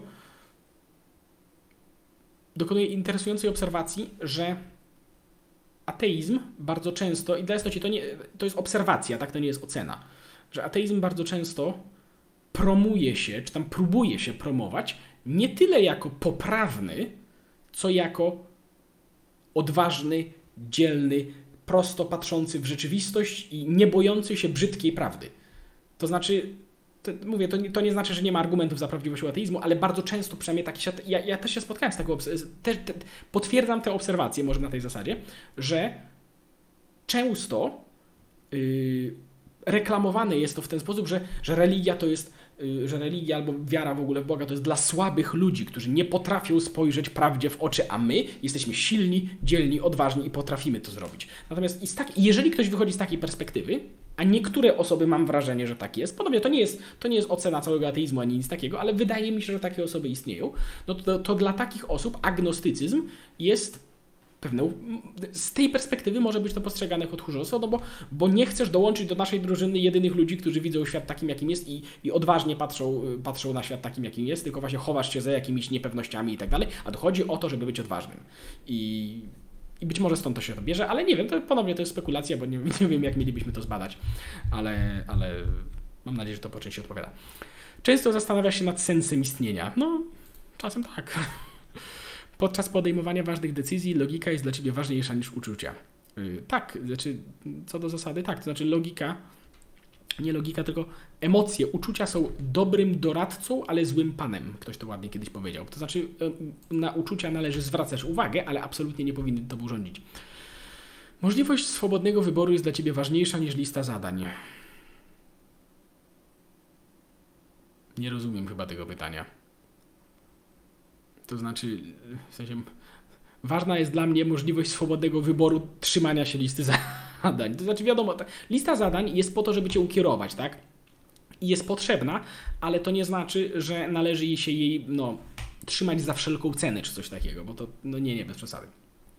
dokonuje interesującej obserwacji, że ateizm bardzo często, i dla jasności to, nie, to jest obserwacja, tak, to nie jest ocena, że ateizm bardzo często promuje się, czy tam próbuje się promować nie tyle jako poprawny, co jako odważny, dzielny, prosto patrzący w rzeczywistość i nie bojący się brzydkiej prawdy. To znaczy, to, mówię, to nie, to nie znaczy, że nie ma argumentów za prawdziwością ateizmu, ale bardzo często przynajmniej taki się, ja, ja też się spotkałem z taką, też, te, potwierdzam tę obserwację może na tej zasadzie, że często yy, reklamowane jest to w ten sposób, że, że religia to jest, yy, że religia albo wiara w ogóle w Boga to jest dla słabych ludzi, którzy nie potrafią spojrzeć prawdzie w oczy, a my jesteśmy silni, dzielni, odważni i potrafimy to zrobić. Natomiast i z tak, jeżeli ktoś wychodzi z takiej perspektywy, a niektóre osoby mam wrażenie, że tak jest. Podobnie, to nie jest, to nie jest ocena całego ateizmu ani nic takiego, ale wydaje mi się, że takie osoby istnieją. No to, to dla takich osób agnostycyzm jest pewną... Z tej perspektywy może być to postrzegane jako tchórzostwo, no bo, bo nie chcesz dołączyć do naszej drużyny jedynych ludzi, którzy widzą świat takim, jakim jest i, i odważnie patrzą, patrzą na świat takim, jakim jest, tylko właśnie chowasz się za jakimiś niepewnościami i tak dalej, a dochodzi o to, żeby być odważnym. I... I być może stąd to się to bierze, ale nie wiem, to ponownie to jest spekulacja, bo nie, nie wiem, jak mielibyśmy to zbadać, ale, ale mam nadzieję, że to po części odpowiada. Często zastanawiasz się nad sensem istnienia. No, czasem tak. Podczas podejmowania ważnych decyzji logika jest dla ciebie ważniejsza niż uczucia. Yy, tak, znaczy, co do zasady, tak, to znaczy logika, nie logika, tylko emocje, uczucia są dobrym doradcą, ale złym panem. Ktoś to ładnie kiedyś powiedział. To znaczy na uczucia należy zwracać uwagę, ale absolutnie nie powinny tobą rządzić. Możliwość swobodnego wyboru jest dla ciebie ważniejsza niż lista zadań. Nie rozumiem chyba tego pytania. To znaczy, w sensie, ważna jest dla mnie możliwość swobodnego wyboru trzymania się listy zadań. To znaczy, wiadomo, ta lista zadań jest po to, żeby cię ukierować, tak? I jest potrzebna, ale to nie znaczy, że należy się jej, no, trzymać za wszelką cenę, czy coś takiego, bo to, no nie, nie, bez przesady.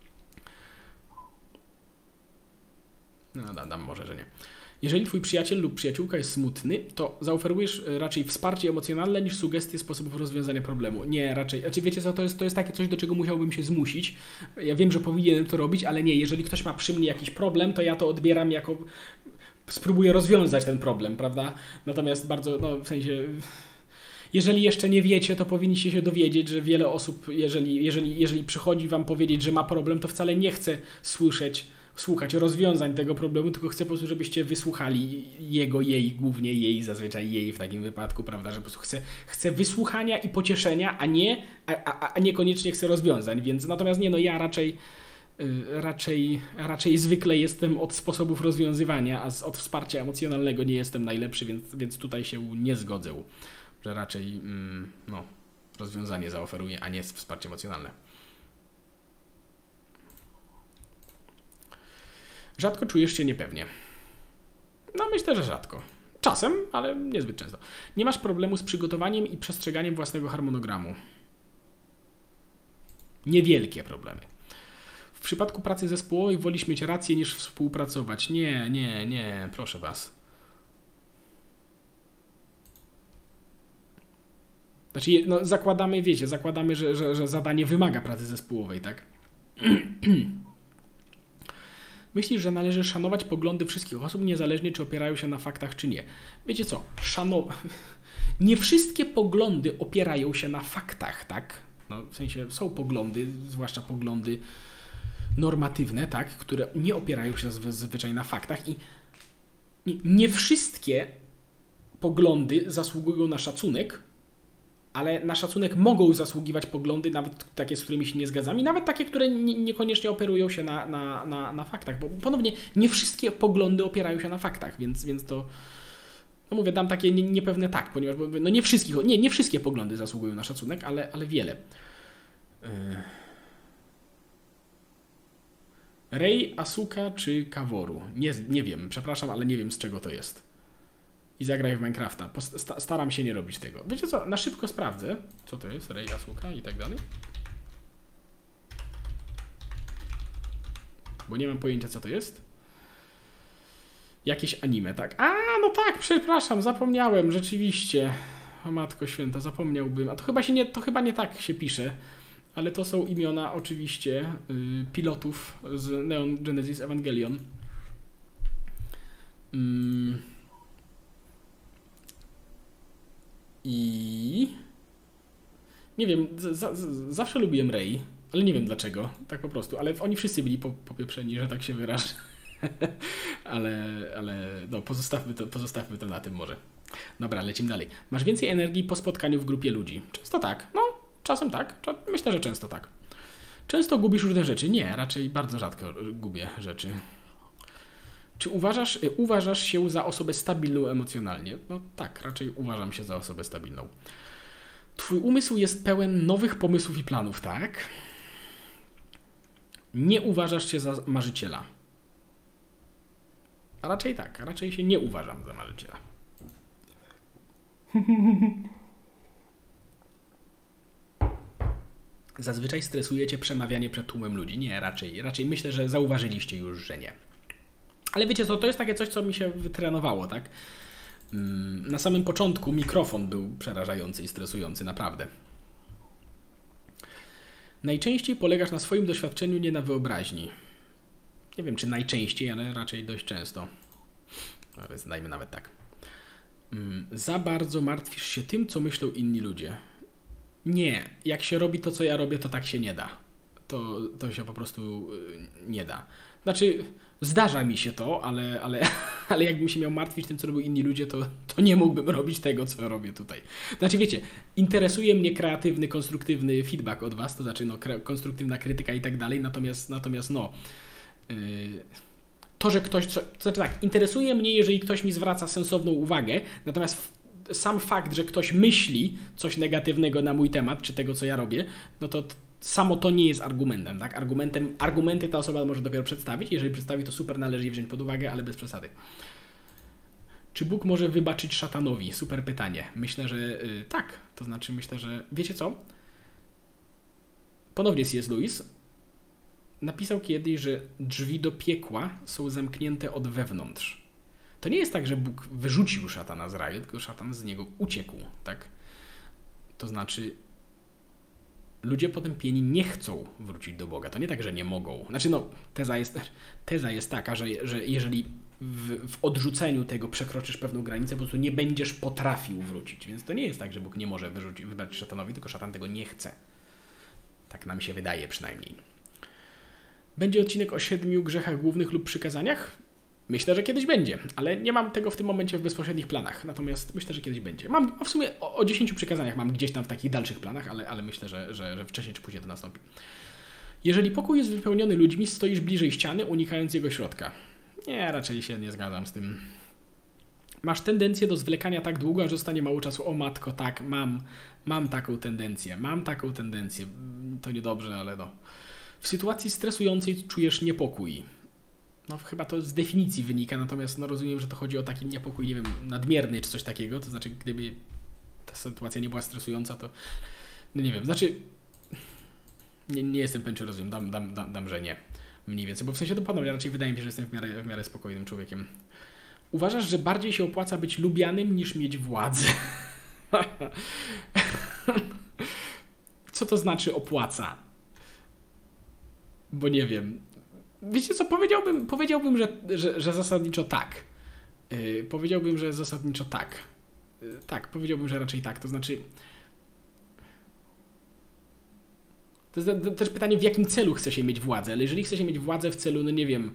No, dam, dam może, że nie. Jeżeli twój przyjaciel lub przyjaciółka jest smutny, to zaoferujesz raczej wsparcie emocjonalne niż sugestie sposobów rozwiązania problemu. Nie, raczej. Znaczy, wiecie co, to jest, to jest takie coś, do czego musiałbym się zmusić. Ja wiem, że powinienem to robić, ale nie. Jeżeli ktoś ma przy mnie jakiś problem, to ja to odbieram jako... Spróbuję rozwiązać ten problem, prawda? Natomiast bardzo, no w sensie... Jeżeli jeszcze nie wiecie, to powinniście się dowiedzieć, że wiele osób, jeżeli, jeżeli, jeżeli przychodzi wam powiedzieć, że ma problem, to wcale nie chce słyszeć, słuchać rozwiązań tego problemu, tylko chce po prostu, żebyście wysłuchali jego, jej, głównie jej, zazwyczaj jej w takim wypadku, prawda, że po prostu chce, chce wysłuchania i pocieszenia, a nie, a, a, a niekoniecznie chce rozwiązań, więc natomiast nie, no ja raczej Raczej, raczej zwykle jestem od sposobów rozwiązywania, a od wsparcia emocjonalnego nie jestem najlepszy, więc, więc tutaj się nie zgodzę, że raczej mm, no, rozwiązanie zaoferuję, a nie wsparcie emocjonalne. Rzadko czujesz się niepewnie. No myślę, że rzadko. Czasem, ale niezbyt często. Nie masz problemu z przygotowaniem i przestrzeganiem własnego harmonogramu. Niewielkie problemy. W przypadku pracy zespołowej wolisz mieć rację niż współpracować. Nie, nie, nie, proszę was. Znaczy, no, zakładamy, wiecie, zakładamy, że, że, że zadanie wymaga pracy zespołowej, tak? Myślisz, że należy szanować poglądy wszystkich osób, niezależnie czy opierają się na faktach, czy nie. Wiecie co? Szanować. Nie wszystkie poglądy opierają się na faktach, tak? No, w sensie są poglądy, zwłaszcza poglądy normatywne, tak, które nie opierają się zazwyczaj na faktach i nie, nie wszystkie poglądy zasługują na szacunek, ale na szacunek mogą zasługiwać poglądy, nawet takie, z którymi się nie zgadzam, i nawet takie, które nie, niekoniecznie operują się na, na, na, na faktach, bo ponownie nie wszystkie poglądy opierają się na faktach, więc, więc to, no mówię, dam takie nie, niepewne tak, ponieważ no nie, wszystkich, nie, nie wszystkie poglądy zasługują na szacunek, ale, ale wiele. Yy. Rey, Asuka czy Kaworu? Nie, nie wiem, przepraszam, ale nie wiem, z czego to jest. I zagraj w Minecrafta. Post- staram się nie robić tego. Wiecie co, na szybko sprawdzę, co to jest, Rey, Asuka i tak dalej. Bo nie mam pojęcia, co to jest. Jakieś anime, tak? A, no tak, przepraszam, zapomniałem, rzeczywiście. O matko święta, zapomniałbym. A to chyba się nie, to chyba nie tak się pisze. Ale to są imiona oczywiście y, pilotów z Neon Genesis Evangelion. Mm. I nie wiem, za, za, zawsze lubiłem Rey, ale nie wiem dlaczego, tak po prostu, ale oni wszyscy byli po, popieprzeni, że tak się wyrażę. ale, ale no pozostawmy to, pozostawmy to na tym może. Dobra, lecimy dalej. Masz więcej energii po spotkaniu w grupie ludzi? Często tak, no. Czasem tak. Myślę, że często tak. Często gubisz różne rzeczy? Nie, raczej bardzo rzadko gubię rzeczy. Czy uważasz, uważasz się za osobę stabilną emocjonalnie? No tak, raczej uważam się za osobę stabilną. Twój umysł jest pełen nowych pomysłów i planów, tak? Nie uważasz się za marzyciela? A raczej tak, raczej się nie uważam za marzyciela. Zazwyczaj stresuje cię przemawianie przed tłumem ludzi. Nie, raczej, raczej myślę, że zauważyliście już, że nie. Ale wiecie co, to jest takie coś, co mi się wytrenowało, tak? Na samym początku mikrofon był przerażający i stresujący, naprawdę. Najczęściej polegasz na swoim doświadczeniu, nie na wyobraźni. Nie wiem, czy najczęściej, ale raczej dość często. Więc dajmy nawet tak. Za bardzo martwisz się tym, co myślą inni ludzie. Nie. Jak się robi to, co ja robię, to tak się nie da. To, to się po prostu nie da. Znaczy, zdarza mi się to, ale, ale, ale jakbym się miał martwić tym, co robią inni ludzie, to, to nie mógłbym robić tego, co robię tutaj. Znaczy, wiecie, interesuje mnie kreatywny, konstruktywny feedback od was, to znaczy no, kre- konstruktywna krytyka i tak dalej, natomiast, natomiast no... Yy, to, że ktoś... Co, to znaczy tak, interesuje mnie, jeżeli ktoś mi zwraca sensowną uwagę, natomiast sam fakt, że ktoś myśli coś negatywnego na mój temat, czy tego, co ja robię, no to samo to nie jest argumentem, tak? Argumentem, argumenty ta osoba może dopiero przedstawić. Jeżeli przedstawi, to super, należy je wziąć pod uwagę, ale bez przesady. Czy Bóg może wybaczyć szatanowi? Super pytanie. Myślę, że yy, tak. To znaczy, myślę, że... Wiecie co? Ponownie C S. Lewis napisał kiedyś, że drzwi do piekła są zamknięte od wewnątrz. To nie jest tak, że Bóg wyrzucił szatana z raju, tylko szatan z niego uciekł, tak? To znaczy... Ludzie potępieni nie chcą wrócić do Boga. To nie tak, że nie mogą. Znaczy, no, teza jest, teza jest taka, że, że jeżeli w, w odrzuceniu tego przekroczysz pewną granicę, po prostu nie będziesz potrafił wrócić. Więc to nie jest tak, że Bóg nie może wyrzucić, wybrać szatanowi, tylko szatan tego nie chce. Tak nam się wydaje przynajmniej. Będzie odcinek o siedmiu grzechach głównych lub przykazaniach? Myślę, że kiedyś będzie, ale nie mam tego w tym momencie w bezpośrednich planach. Natomiast myślę, że kiedyś będzie. Mam w sumie o, o dziesięciu przykazaniach mam gdzieś tam w takich dalszych planach, ale, ale myślę, że, że, że wcześniej czy później to nastąpi. Jeżeli pokój jest wypełniony ludźmi, stoisz bliżej ściany, unikając jego środka. Nie, raczej się nie zgadzam z tym. Masz tendencję do zwlekania tak długo, aż zostanie mało czasu. O matko, tak, mam, mam taką tendencję, mam taką tendencję. To niedobrze, ale no. W sytuacji stresującej czujesz niepokój. No chyba to z definicji wynika, natomiast no rozumiem, że to chodzi o taki niepokój, nie wiem, nadmierny czy coś takiego, to znaczy gdyby ta sytuacja nie była stresująca, to no nie wiem, znaczy nie, nie jestem pewien, czy rozumiem, dam, dam, dam, dam, że nie, mniej więcej, bo w sensie to panowie, raczej wydaje mi się, że jestem w miarę, w miarę spokojnym człowiekiem. Uważasz, że bardziej się opłaca być lubianym niż mieć władzę? Co to znaczy opłaca? Bo nie wiem. Wiecie co, powiedziałbym, powiedziałbym że, że, że zasadniczo tak. Yy, powiedziałbym, że zasadniczo tak. Yy, tak, powiedziałbym, że raczej tak. To znaczy... To jest to też pytanie, w jakim celu chce się mieć władzę. Ale jeżeli chce się mieć władzę w celu, no nie wiem...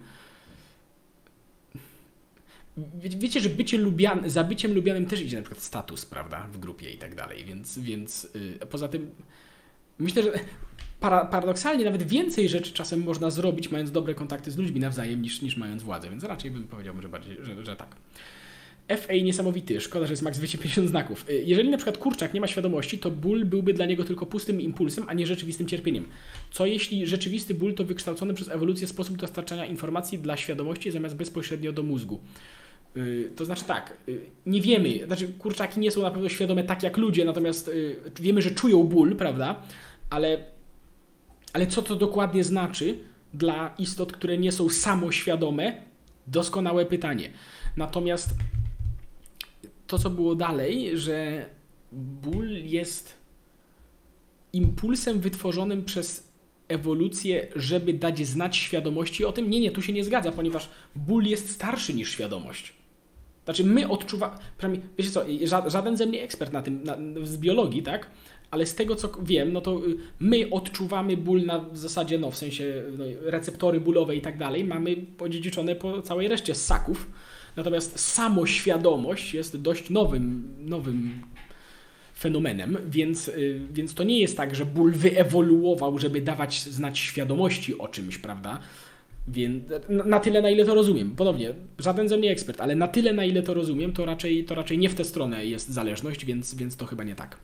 Wie, wiecie, że bycie lubian, za byciem lubianym też idzie na przykład status, prawda? W grupie i tak dalej. Więc, więc yy, poza tym... Myślę, że... Para, paradoksalnie nawet więcej rzeczy czasem można zrobić, mając dobre kontakty z ludźmi nawzajem, niż, niż mając władzę, więc raczej bym powiedział, że, bardziej, że, że tak. F A niesamowity, szkoda, że jest max dwieście pięćdziesiąt znaków. Jeżeli na przykład kurczak nie ma świadomości, to ból byłby dla niego tylko pustym impulsem, a nie rzeczywistym cierpieniem. Co jeśli rzeczywisty ból to wykształcony przez ewolucję sposób dostarczania informacji dla świadomości zamiast bezpośrednio do mózgu? Yy, to znaczy tak, yy, nie wiemy, znaczy kurczaki nie są na pewno świadome tak jak ludzie, natomiast yy, wiemy, że czują ból, prawda, ale Ale co to dokładnie znaczy dla istot, które nie są samoświadome? Doskonałe pytanie. Natomiast to, co było dalej, że ból jest impulsem wytworzonym przez ewolucję, żeby dać znać świadomości o tym. Nie, nie, tu się nie zgadza, ponieważ ból jest starszy niż świadomość. Znaczy my odczuwamy, wiecie co, żaden ze mnie ekspert na tym, na, z biologii, tak? Ale z tego, co wiem, no to my odczuwamy ból na w zasadzie, no w sensie no, receptory bólowe i tak dalej, mamy odziedziczone po całej reszcie ssaków. Natomiast samoświadomość jest dość nowym, nowym fenomenem, więc, więc to nie jest tak, że ból wyewoluował, żeby dawać znać świadomości o czymś, prawda? Więc na tyle, na ile to rozumiem. Ponownie, żaden ze mnie ekspert, ale na tyle, na ile to rozumiem, to raczej, to raczej nie w tę stronę jest zależność, więc, więc to chyba nie tak.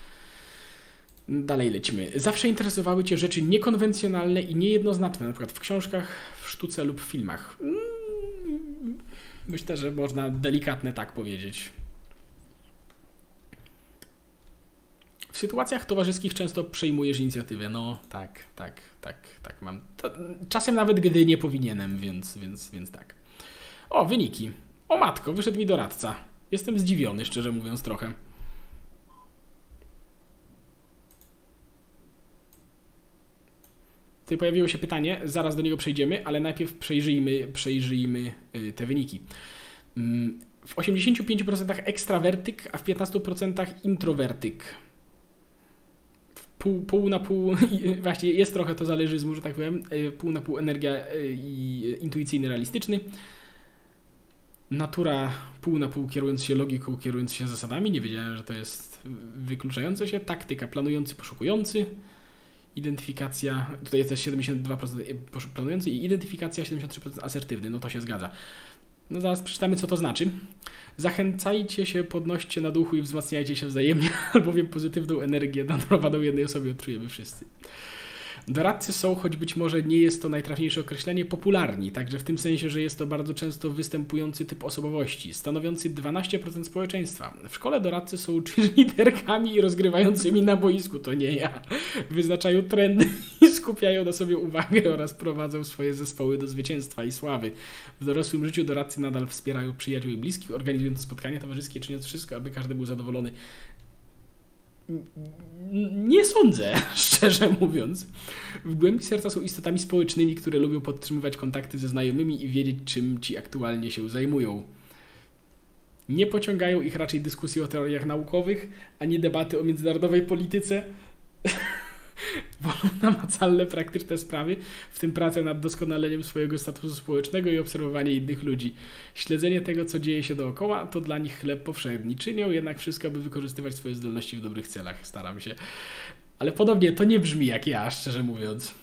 Dalej lecimy. Zawsze interesowały Cię rzeczy niekonwencjonalne i niejednoznaczne, na przykład w książkach, w sztuce lub w filmach. Myślę, że można delikatnie tak powiedzieć. W sytuacjach towarzyskich często przejmujesz inicjatywę. No tak, tak, tak, tak mam. To, czasem nawet gdy nie powinienem, więc, więc, więc tak. O, wyniki. O matko, wyszedł mi doradca. Jestem zdziwiony, szczerze mówiąc, trochę. Tutaj pojawiło się pytanie, zaraz do niego przejdziemy, ale najpierw przejrzyjmy, przejrzyjmy te wyniki. W osiemdziesięciu pięciu procentach ekstrawertyk, a w piętnastu procentach introwertyk. Pół, pół na pół, właśnie jest trochę to zależyzmu, że tak powiem, pół na pół energia i intuicyjny, realistyczny. Natura pół na pół, kierując się logiką, kierując się zasadami. Nie wiedziałem, że to jest wykluczające się. Taktyka, planujący, poszukujący. Identyfikacja, tutaj jest też siedemdziesiąt dwa procent planujący i identyfikacja siedemdziesiąt trzy procent asertywny, no to się zgadza. No zaraz przeczytamy, co to znaczy. Zachęcajcie się, podnoście na duchu i wzmacniajcie się wzajemnie, albowiem pozytywną energię darowaną jednej osobie odczujemy wszyscy. Doradcy są, choć być może nie jest to najtrafniejsze określenie, popularni, także w tym sensie, że jest to bardzo często występujący typ osobowości, stanowiący dwanaście procent społeczeństwa. W szkole doradcy są cheerleaderkami i rozgrywającymi na boisku, to nie ja. Wyznaczają trendy i skupiają na sobie uwagę oraz prowadzą swoje zespoły do zwycięstwa i sławy. W dorosłym życiu doradcy nadal wspierają przyjaciół i bliskich, organizując spotkania towarzyskie, czyniąc wszystko, aby każdy był zadowolony. Nie sądzę, szczerze mówiąc. W głębi serca są istotami społecznymi, które lubią podtrzymywać kontakty ze znajomymi i wiedzieć, czym ci aktualnie się zajmują. Nie pociągają ich raczej dyskusje o teoriach naukowych, ani debaty o międzynarodowej polityce. Wolą namacalne, praktyczne sprawy, w tym pracę nad doskonaleniem swojego statusu społecznego i obserwowanie innych ludzi. Śledzenie tego, co dzieje się dookoła, to dla nich chleb powszedni. Czynią jednak wszystko, aby wykorzystywać swoje zdolności w dobrych celach. Staram się. Ale podobnie to nie brzmi jak ja, szczerze mówiąc.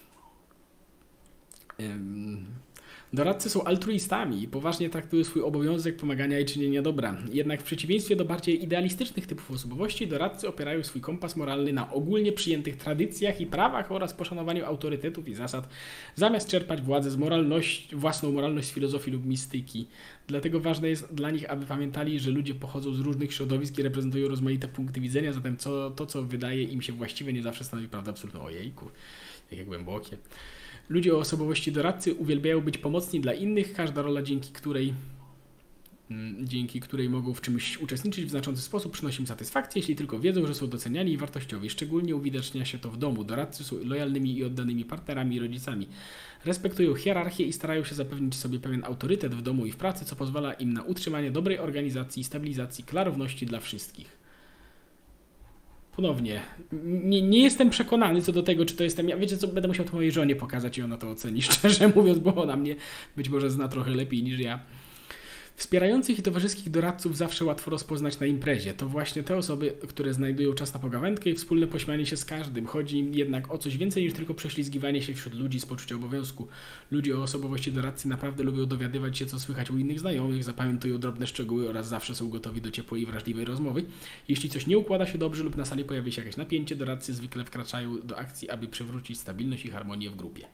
Ym... Doradcy są altruistami i poważnie traktują swój obowiązek pomagania i czynienia dobra. Jednak w przeciwieństwie do bardziej idealistycznych typów osobowości, doradcy opierają swój kompas moralny na ogólnie przyjętych tradycjach i prawach oraz poszanowaniu autorytetów i zasad, zamiast czerpać władzę z moralności, własną moralność z filozofii lub mistyki. Dlatego ważne jest dla nich, aby pamiętali, że ludzie pochodzą z różnych środowisk i reprezentują rozmaite punkty widzenia, zatem co, to, co wydaje im się właściwe, nie zawsze stanowi prawdę absolutną. Ojejku, jakie głębokie. Ludzie o osobowości doradcy uwielbiają być pomocni dla innych, każda rola, dzięki której, dzięki której mogą w czymś uczestniczyć w znaczący sposób, przynosi im satysfakcję, jeśli tylko wiedzą, że są doceniani i wartościowi. Szczególnie uwidacznia się to w domu. Doradcy są lojalnymi i oddanymi partnerami i rodzicami. Respektują hierarchię i starają się zapewnić sobie pewien autorytet w domu i w pracy, co pozwala im na utrzymanie dobrej organizacji i stabilizacji, klarowności dla wszystkich. Ponownie, nie, nie jestem przekonany co do tego, czy to jestem ja. Wiecie co, będę musiał to mojej żonie pokazać i ona to oceni, szczerze mówiąc, bo ona mnie być może zna trochę lepiej niż ja. Wspierających i towarzyskich doradców zawsze łatwo rozpoznać na imprezie. To właśnie te osoby, które znajdują czas na pogawędkę i wspólne pośmianie się z każdym. Chodzi im jednak o coś więcej niż tylko prześlizgiwanie się wśród ludzi z poczucia obowiązku. Ludzie o osobowości doradcy naprawdę lubią dowiadywać się, co słychać u innych znajomych, zapamiętują drobne szczegóły oraz zawsze są gotowi do ciepłej i wrażliwej rozmowy. Jeśli coś nie układa się dobrze lub na sali pojawi się jakieś napięcie, doradcy zwykle wkraczają do akcji, aby przywrócić stabilność i harmonię w grupie.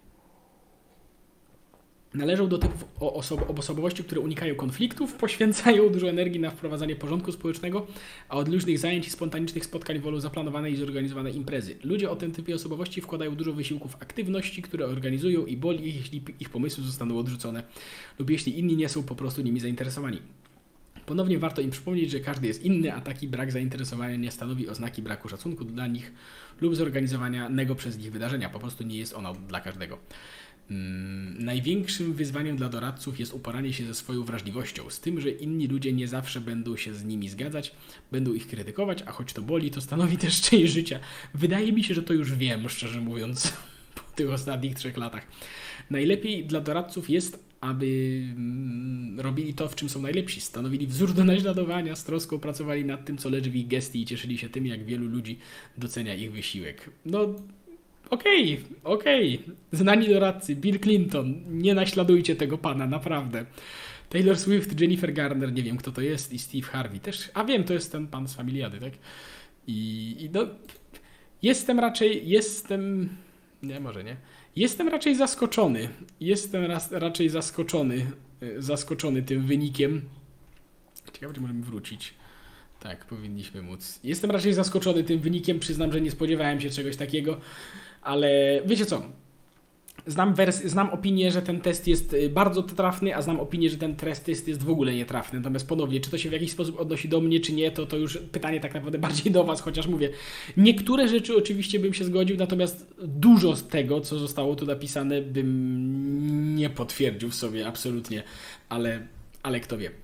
Należą do typów osob- osobowości, które unikają konfliktów, poświęcają dużo energii na wprowadzanie porządku społecznego, a od luźnych zajęć i spontanicznych spotkań wolą zaplanowane i zorganizowane imprezy. Ludzie o tym typie osobowości wkładają dużo wysiłku w aktywności, które organizują i boli ich, jeśli ich pomysły zostaną odrzucone lub jeśli inni nie są po prostu nimi zainteresowani. Ponownie warto im przypomnieć, że każdy jest inny, a taki brak zainteresowania nie stanowi oznaki braku szacunku dla nich lub zorganizowanego przez nich wydarzenia. Po prostu nie jest ono dla każdego. Hmm, największym wyzwaniem dla doradców jest uporanie się ze swoją wrażliwością, z tym, że inni ludzie nie zawsze będą się z nimi zgadzać, będą ich krytykować, a choć to boli, to stanowi też część życia. Wydaje mi się, że to już wiem, szczerze mówiąc, po tych ostatnich trzech latach. Najlepiej dla doradców jest, aby mm, robili to, w czym są najlepsi. Stanowili wzór do naśladowania, z troską pracowali nad tym, co leży w ich gestii i cieszyli się tym, jak wielu ludzi docenia ich wysiłek. No... Okej, okay, okej. Okay. Znani doradcy, Bill Clinton, nie naśladujcie tego pana, naprawdę. Taylor Swift, Jennifer Garner, nie wiem kto to jest, i Steve Harvey też. A wiem, to jest ten pan z Familiady, tak? I, i no, jestem raczej, jestem, nie, może nie. Jestem raczej zaskoczony. Jestem raz, raczej zaskoczony, zaskoczony tym wynikiem. Ciekawe, czy możemy wrócić. Tak, powinniśmy móc. Jestem raczej zaskoczony tym wynikiem, przyznam, że nie spodziewałem się czegoś takiego, ale wiecie co? Znam, wers- znam opinię, że ten test jest bardzo trafny, a znam opinię, że ten test jest w ogóle nietrafny. Natomiast ponownie, czy to się w jakiś sposób odnosi do mnie, czy nie, to, to już pytanie tak naprawdę bardziej do was, chociaż mówię, niektóre rzeczy oczywiście bym się zgodził, natomiast dużo z tego, co zostało tu napisane, bym nie potwierdził w sobie absolutnie, ale, ale kto wie.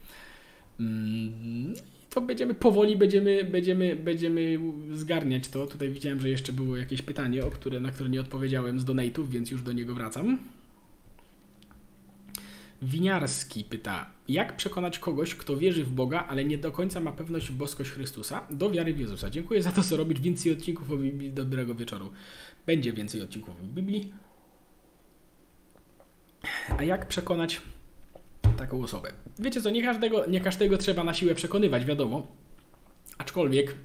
Mm. To będziemy powoli, będziemy, będziemy, będziemy zgarniać to. Tutaj widziałem, że jeszcze było jakieś pytanie, o które, na które nie odpowiedziałem z donate'ów, więc już do niego wracam. Winiarski pyta, jak przekonać kogoś, kto wierzy w Boga, ale nie do końca ma pewność w boskość Chrystusa, do wiary w Jezusa. Dziękuję za to, co robić. Więcej odcinków o Biblii. Dobrego wieczoru. Będzie więcej odcinków o Biblii. A jak przekonać taką osobę? Wiecie co, nie każdego, nie każdego trzeba na siłę przekonywać, wiadomo. Aczkolwiek,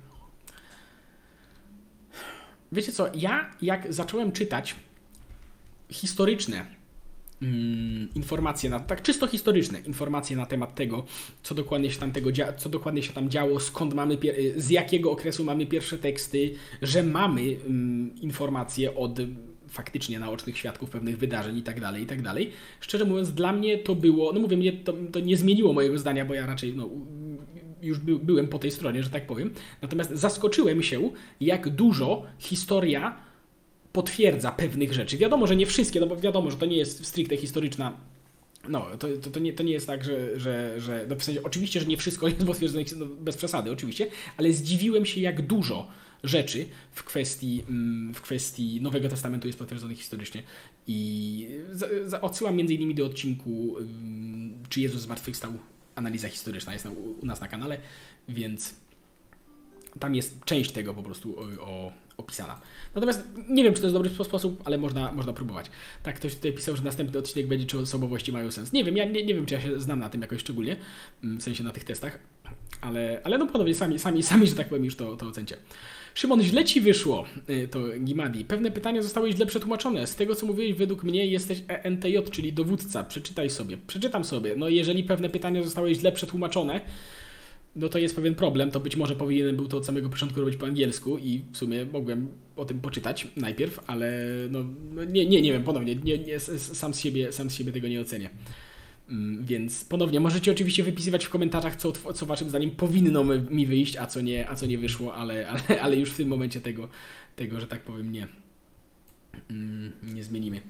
wiecie co, ja jak zacząłem czytać historyczne mm, informacje, na, tak czysto historyczne informacje na temat tego, co dokładnie się tam, tego, co dokładnie się tam działo, skąd mamy, z jakiego okresu mamy pierwsze teksty, że mamy mm, informacje od faktycznie naocznych świadków pewnych wydarzeń i tak dalej, i tak dalej. Szczerze mówiąc, dla mnie to było, no mówię, mnie to, to nie zmieniło mojego zdania, bo ja raczej no, już by, byłem po tej stronie, że tak powiem. Natomiast zaskoczyłem się, jak dużo historia potwierdza pewnych rzeczy. Wiadomo, że nie wszystkie, no bo wiadomo, że to nie jest stricte historyczna. No, to, to, to, nie, to nie jest tak, że, że, że no w sensie, oczywiście, że nie wszystko jest potwierdzone, no bez przesady, oczywiście, ale zdziwiłem się, jak dużo rzeczy w kwestii, w kwestii Nowego Testamentu jest potwierdzonych historycznie. I za, za, odsyłam między innymi do odcinku Czy Jezus zmartwychwstał? Analiza historyczna jest na, u nas na kanale, więc tam jest część tego po prostu o, o, opisana. Natomiast nie wiem, czy to jest dobry sposób, ale można, można próbować. Tak, ktoś tutaj pisał, że następny odcinek będzie, czy osobowości mają sens. Nie wiem, ja nie, nie wiem, czy ja się znam na tym jakoś szczególnie, w sensie na tych testach, ale, ale no ponownie sami, sami, sami, że tak powiem, już to, to ocencie. Szymon, źle ci wyszło, to Gimadi. Pewne pytania zostały źle przetłumaczone. Z tego, co mówiłeś, według mnie jesteś E N T J, czyli dowódca. Przeczytaj sobie. Przeczytam sobie. No jeżeli pewne pytania zostały źle przetłumaczone, no to jest pewien problem, to być może powinienem był to od samego początku robić po angielsku i w sumie mogłem o tym poczytać najpierw, ale no, no nie, nie, nie wiem, ponownie, nie, nie, sam, z siebie, sam z siebie tego nie ocenię. Więc ponownie, możecie oczywiście wypisywać w komentarzach, co, co waszym zdaniem powinno mi wyjść, a co nie, a co nie wyszło, ale, ale, ale już w tym momencie tego, tego, że tak powiem, nie, nie zmienimy.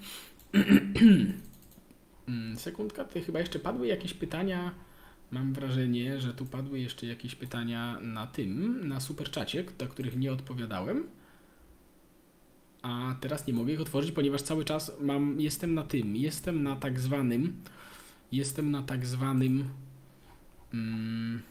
Sekundka, tutaj chyba jeszcze padły jakieś pytania. Mam wrażenie, że tu padły jeszcze jakieś pytania na tym, na superczacie, na których nie odpowiadałem. A teraz nie mogę ich otworzyć, ponieważ cały czas mam, jestem na tym, jestem na tak zwanym, jestem na tak zwanym, hmm,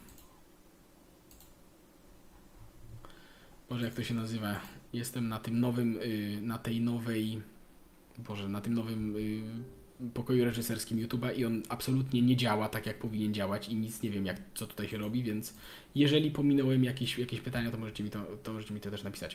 Boże, jak to się nazywa? Jestem na tym nowym, yy, na tej nowej, Boże, na tym nowym yy, pokoju reżyserskim YouTube'a i on absolutnie nie działa tak, jak powinien działać i nic nie wiem, jak, co tutaj się robi, więc jeżeli pominąłem jakieś, jakieś pytania, to możecie mi to, to możecie mi to też napisać.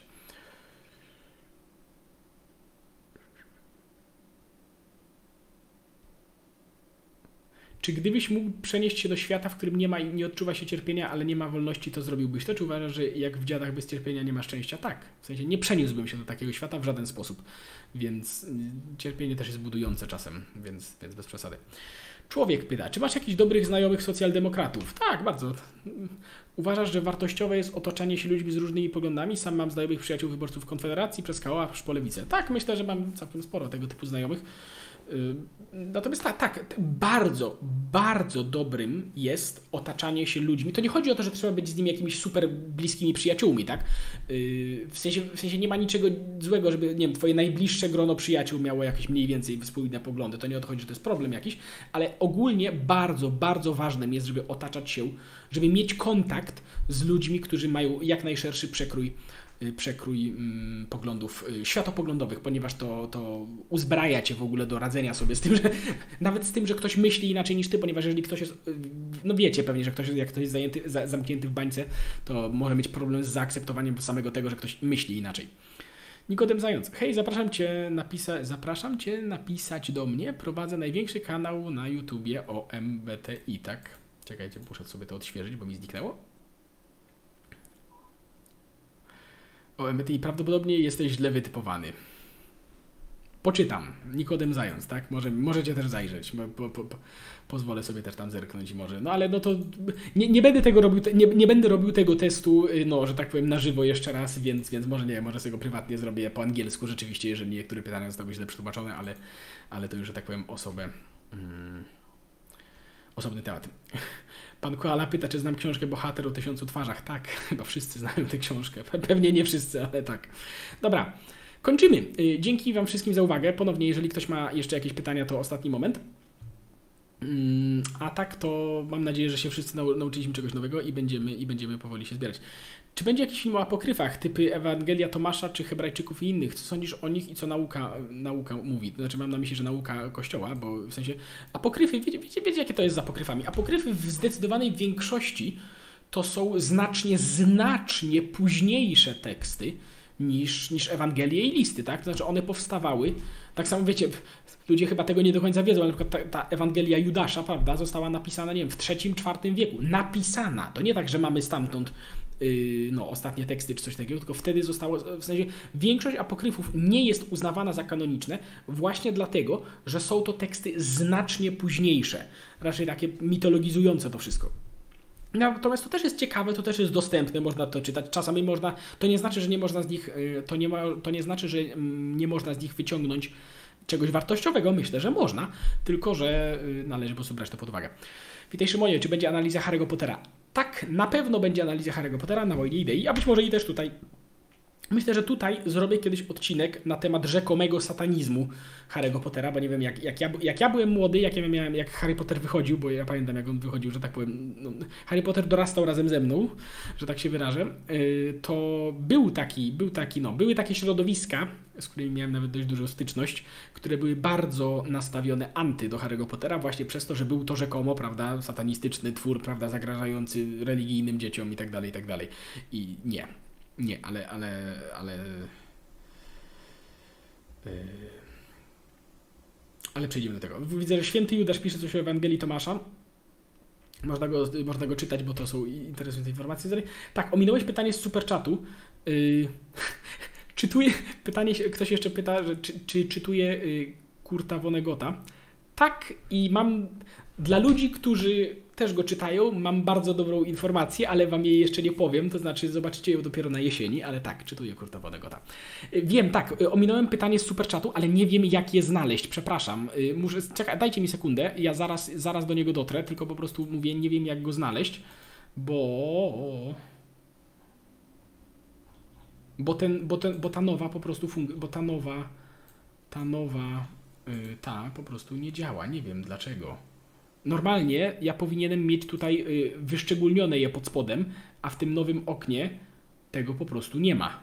Czy gdybyś mógł przenieść się do świata, w którym nie ma i nie odczuwa się cierpienia, ale nie ma wolności, to zrobiłbyś to? Czy uważasz, że jak w Dziadach bez cierpienia nie ma szczęścia? Tak. W sensie nie przeniósłbym się do takiego świata w żaden sposób. Więc cierpienie też jest budujące czasem, więc, więc bez przesady. Człowiek pyta, czy masz jakichś dobrych znajomych socjaldemokratów? Tak, bardzo. Uważasz, że wartościowe jest otoczanie się ludźmi z różnymi poglądami? Sam mam znajomych przyjaciół wyborców Konfederacji, przez K O, a po Lewicę. Tak, myślę, że mam całkiem sporo tego typu znajomych. Natomiast tak, tak, bardzo, bardzo dobrym jest otaczanie się ludźmi. To nie chodzi o to, że trzeba być z nimi jakimiś super bliskimi przyjaciółmi, tak? W sensie, w sensie nie ma niczego złego, żeby, nie wiem, twoje najbliższe grono przyjaciół miało jakieś mniej więcej wspólne poglądy. To nie o to chodzi, że to jest problem jakiś, ale ogólnie bardzo, bardzo ważnym jest, żeby otaczać się, żeby mieć kontakt z ludźmi, którzy mają jak najszerszy przekrój przekrój mm, poglądów y, światopoglądowych, ponieważ to, to uzbraja cię w ogóle do radzenia sobie z tym, że nawet z tym, że ktoś myśli inaczej niż ty, ponieważ jeżeli ktoś jest, y, no wiecie pewnie, że ktoś, jak ktoś jest zajęty, za, zamknięty w bańce, to może mieć problem z zaakceptowaniem samego tego, że ktoś myśli inaczej. Nikodem Zając. Hej, zapraszam cię, napisa- zapraszam cię napisać do mnie. Prowadzę największy kanał na YouTubie o M B T I, tak? Czekajcie, muszę sobie to odświeżyć, bo mi zniknęło. O M B T I prawdopodobnie jesteś źle wytypowany. Poczytam. Nikodem Zając, tak? Może, możecie też zajrzeć. Po, po, po, pozwolę sobie też tam zerknąć może. No ale no to nie, nie będę tego robił, nie, nie będę robił tego testu, no, że tak powiem, na żywo jeszcze raz, więc, więc może nie, może sobie go prywatnie zrobię po angielsku rzeczywiście, jeżeli niektóre pytania zostały źle przetłumaczone, ale, ale to już, że tak powiem, osobę. Hmm, osobny temat. Pan Koala pyta, czy znam książkę Bohater o tysiącu twarzach. Tak, chyba wszyscy znają tę książkę. Pewnie nie wszyscy, ale tak. Dobra, kończymy. Dzięki wam wszystkim za uwagę. Ponownie, jeżeli ktoś ma jeszcze jakieś pytania, to ostatni moment. A tak, to mam nadzieję, że się wszyscy nau- nauczyliśmy czegoś nowego i będziemy, i będziemy powoli się zbierać. Czy będzie jakiś film o apokryfach, typy Ewangelia Tomasza, czy Hebrajczyków i innych? Co sądzisz o nich i co nauka, nauka mówi? To znaczy mam na myśli, że nauka Kościoła, bo w sensie apokryfy, wiecie, wiecie, wiecie jakie to jest z apokryfami? Apokryfy w zdecydowanej większości to są znacznie, znacznie późniejsze teksty niż, niż Ewangelie i listy, tak? To znaczy one powstawały, tak samo wiecie, ludzie chyba tego nie do końca wiedzą, ale na przykład ta, ta Ewangelia Judasza, prawda, została napisana, nie wiem, w trzecim, czwartym wieku. Napisana. To nie tak, że mamy stamtąd yy, no, ostatnie teksty czy coś takiego, tylko wtedy zostało, w sensie większość apokryfów nie jest uznawana za kanoniczne właśnie dlatego, że są to teksty znacznie późniejsze. Raczej takie mitologizujące to wszystko. Natomiast to też jest ciekawe, to też jest dostępne, można to czytać. Czasami można, to nie znaczy, że nie można z nich, y, to nie, ma, to nie znaczy, że mm, nie można z nich wyciągnąć czegoś wartościowego. Myślę, że można, tylko że y, należy po prostu brać to pod uwagę. Witaj Szymonie, czy będzie analiza Harry'ego Pottera? Tak, na pewno będzie analiza Harry'ego Pottera na mojej idei, a być może i też tutaj. Myślę, że tutaj zrobię kiedyś odcinek na temat rzekomego satanizmu Harry'ego Pottera, bo nie wiem, jak, jak, ja, jak ja byłem młody, jak ja miałem, jak Harry Potter wychodził, bo ja pamiętam, jak on wychodził, że tak powiem, no, Harry Potter dorastał razem ze mną, że tak się wyrażę, yy, to był taki, był taki, no, były takie środowiska, z którymi miałem nawet dość dużą styczność, które były bardzo nastawione anty do Harry'ego Pottera, właśnie przez to, że był to rzekomo, prawda, satanistyczny twór, prawda, zagrażający religijnym dzieciom i tak dalej, i tak dalej. I nie. Nie, ale, ale, ale, yy, ale przejdziemy do tego. Widzę, że święty Judasz pisze coś o Ewangelii Tomasza. Można go, można go czytać, bo to są interesujące informacje. Tak, ominąłeś pytanie z superchatu. Yy, czytuję, pytanie, ktoś jeszcze pyta, że, czy, czy czytuję yy, Kurta Vonnegota. Tak, i mam dla ludzi, którzy też go czytają, mam bardzo dobrą informację, ale wam jej jeszcze nie powiem, to znaczy zobaczycie ją dopiero na jesieni, ale tak, czytuję Kurta Vonnegota. Wiem, tak, ominąłem pytanie z superchatu, ale nie wiem, jak je znaleźć, przepraszam. Muszę, czekaj, dajcie mi sekundę, ja zaraz, zaraz do niego dotrę, tylko po prostu mówię, nie wiem, jak go znaleźć, bo... Bo, ten, bo, ten, bo ta nowa po prostu funguje, bo ta nowa, ta nowa, yy, ta po prostu nie działa, nie wiem dlaczego. Normalnie ja powinienem mieć tutaj y, wyszczególnione je pod spodem, a w tym nowym oknie tego po prostu nie ma.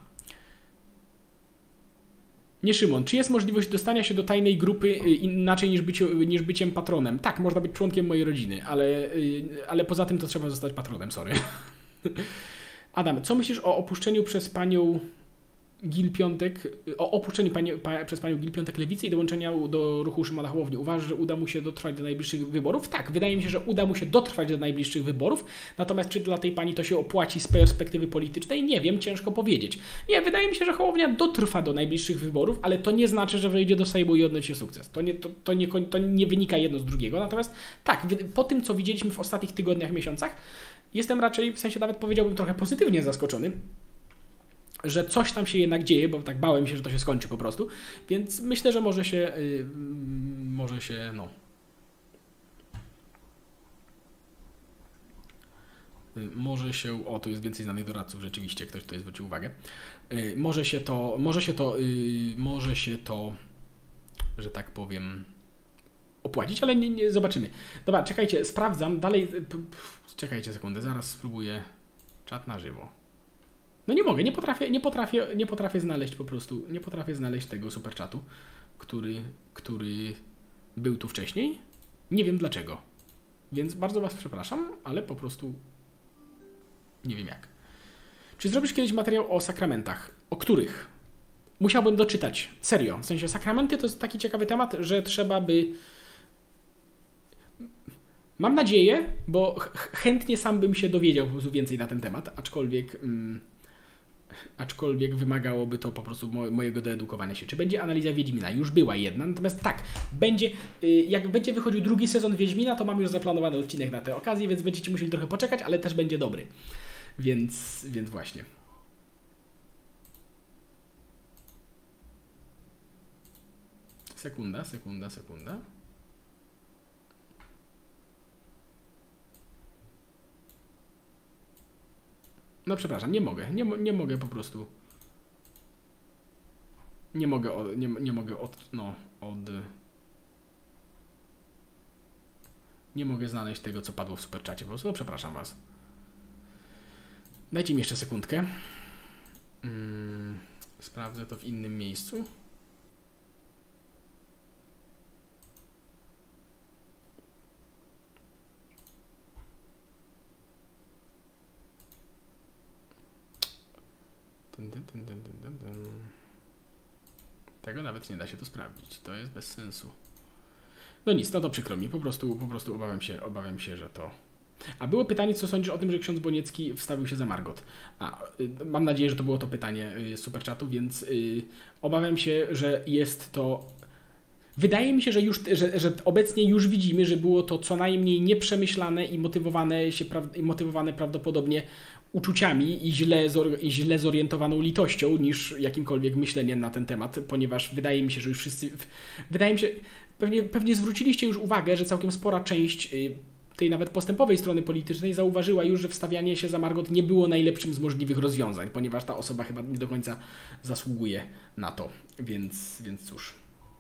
Nie Szymon, czy jest możliwość dostania się do tajnej grupy y, inaczej niż, bycie, niż byciem patronem? Tak, można być członkiem mojej rodziny, ale, y, ale poza tym to trzeba zostać patronem, sorry. Adam, co myślisz o opuszczeniu przez panią Gil Piątek, o opuszczeniu pani, pa, przez panią Gil Piątek Lewicy i dołączeniu do ruchu Szymona Hołowni. Uważasz, że uda mu się dotrwać do najbliższych wyborów? Tak, wydaje mi się, że uda mu się dotrwać do najbliższych wyborów, natomiast czy dla tej pani to się opłaci z perspektywy politycznej? Nie wiem, ciężko powiedzieć. Nie, wydaje mi się, że Hołownia dotrwa do najbliższych wyborów, ale to nie znaczy, że wejdzie do Sejmu i odniesie sukces. To nie, to, to, nie, to nie wynika jedno z drugiego, natomiast tak, po tym, co widzieliśmy w ostatnich tygodniach, miesiącach, jestem raczej, w sensie nawet powiedziałbym, trochę pozytywnie zaskoczony, że coś tam się jednak dzieje, bo tak bałem się, że to się skończy po prostu, więc myślę, że może się, yy, może się, no, yy, może się, o, tu jest więcej znanych doradców, rzeczywiście, ktoś tutaj zwrócił uwagę, yy, może się to, może się to, yy, może się to, że tak powiem, opłacić, ale nie, nie, zobaczymy. Dobra, czekajcie, sprawdzam, dalej, p, p, czekajcie sekundę, zaraz spróbuję czat na żywo. No nie mogę, nie potrafię, nie potrafię, nie potrafię znaleźć po prostu, nie potrafię znaleźć tego superchatu, który, który był tu wcześniej. Nie wiem dlaczego. Więc bardzo was przepraszam, ale po prostu nie wiem jak. Czy zrobisz kiedyś materiał o sakramentach? O których? Musiałbym doczytać. Serio. W sensie sakramenty to jest taki ciekawy temat, że trzeba by... Mam nadzieję, bo ch- chętnie sam bym się dowiedział po prostu więcej na ten temat, aczkolwiek... Mm, aczkolwiek wymagałoby to po prostu mo- mojego doedukowania się. Czy będzie analiza Wiedźmina? Już była jedna, natomiast tak, będzie, y, jak będzie wychodził drugi sezon Wiedźmina, to mam już zaplanowany odcinek na tę okazję, więc będziecie musieli trochę poczekać, ale też będzie dobry. Więc, więc właśnie. Sekunda, sekunda, sekunda. No przepraszam, nie mogę, nie, nie mogę po prostu. Nie mogę, od, nie, nie mogę od, no, od... Nie mogę znaleźć tego, co padło w superczacie, po prostu, no przepraszam was. Dajcie mi jeszcze sekundkę. Hmm, sprawdzę to w innym miejscu. Dun, dun, dun, dun, dun, dun. Tego nawet nie da się tu sprawdzić. To jest bez sensu. No nic, no to przykro mi. Po prostu, po prostu obawiam się, obawiam się, że to... A było pytanie, co sądzisz o tym, że ksiądz Boniecki wstawił się za Margot? A, y, mam nadzieję, że to było to pytanie y, z superchatu, więc y, obawiam się, że jest to... Wydaje mi się, że, już, że, że obecnie już widzimy, że było to co najmniej nieprzemyślane i motywowane, się, i motywowane prawdopodobnie uczuciami i źle, i źle zorientowaną litością niż jakimkolwiek myśleniem na ten temat, ponieważ wydaje mi się, że już wszyscy, wydaje mi się, pewnie, pewnie zwróciliście już uwagę, że całkiem spora część tej nawet postępowej strony politycznej zauważyła już, że wstawianie się za Margot nie było najlepszym z możliwych rozwiązań, ponieważ ta osoba chyba nie do końca zasługuje na to, więc, więc cóż.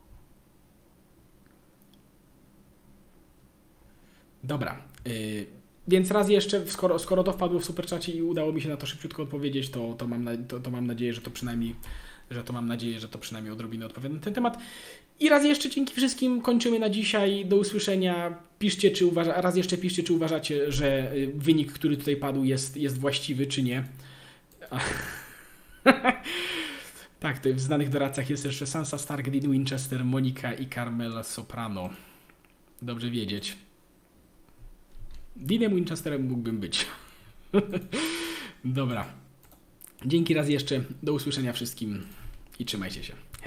Dobra, yy, więc raz jeszcze, skoro, skoro to wpadło w superczacie i udało mi się na to szybciutko odpowiedzieć, to, to, mam, na, to, to mam nadzieję, że to przynajmniej, że to mam nadzieję, że to przynajmniej odrobinę odpowiada na ten temat. I raz jeszcze dzięki wszystkim kończymy na dzisiaj. Do usłyszenia. Piszcie, czy uważa, raz jeszcze piszcie, czy uważacie, że wynik, który tutaj padł, jest, jest właściwy, czy nie. Tak, to w znanych doradcach jest jeszcze Sansa Stark, Dean Winchester, Monika i Carmela Soprano. Dobrze wiedzieć. Deanem Winchesterem mógłbym być. Dobra. Dzięki raz jeszcze. Do usłyszenia wszystkim i trzymajcie się.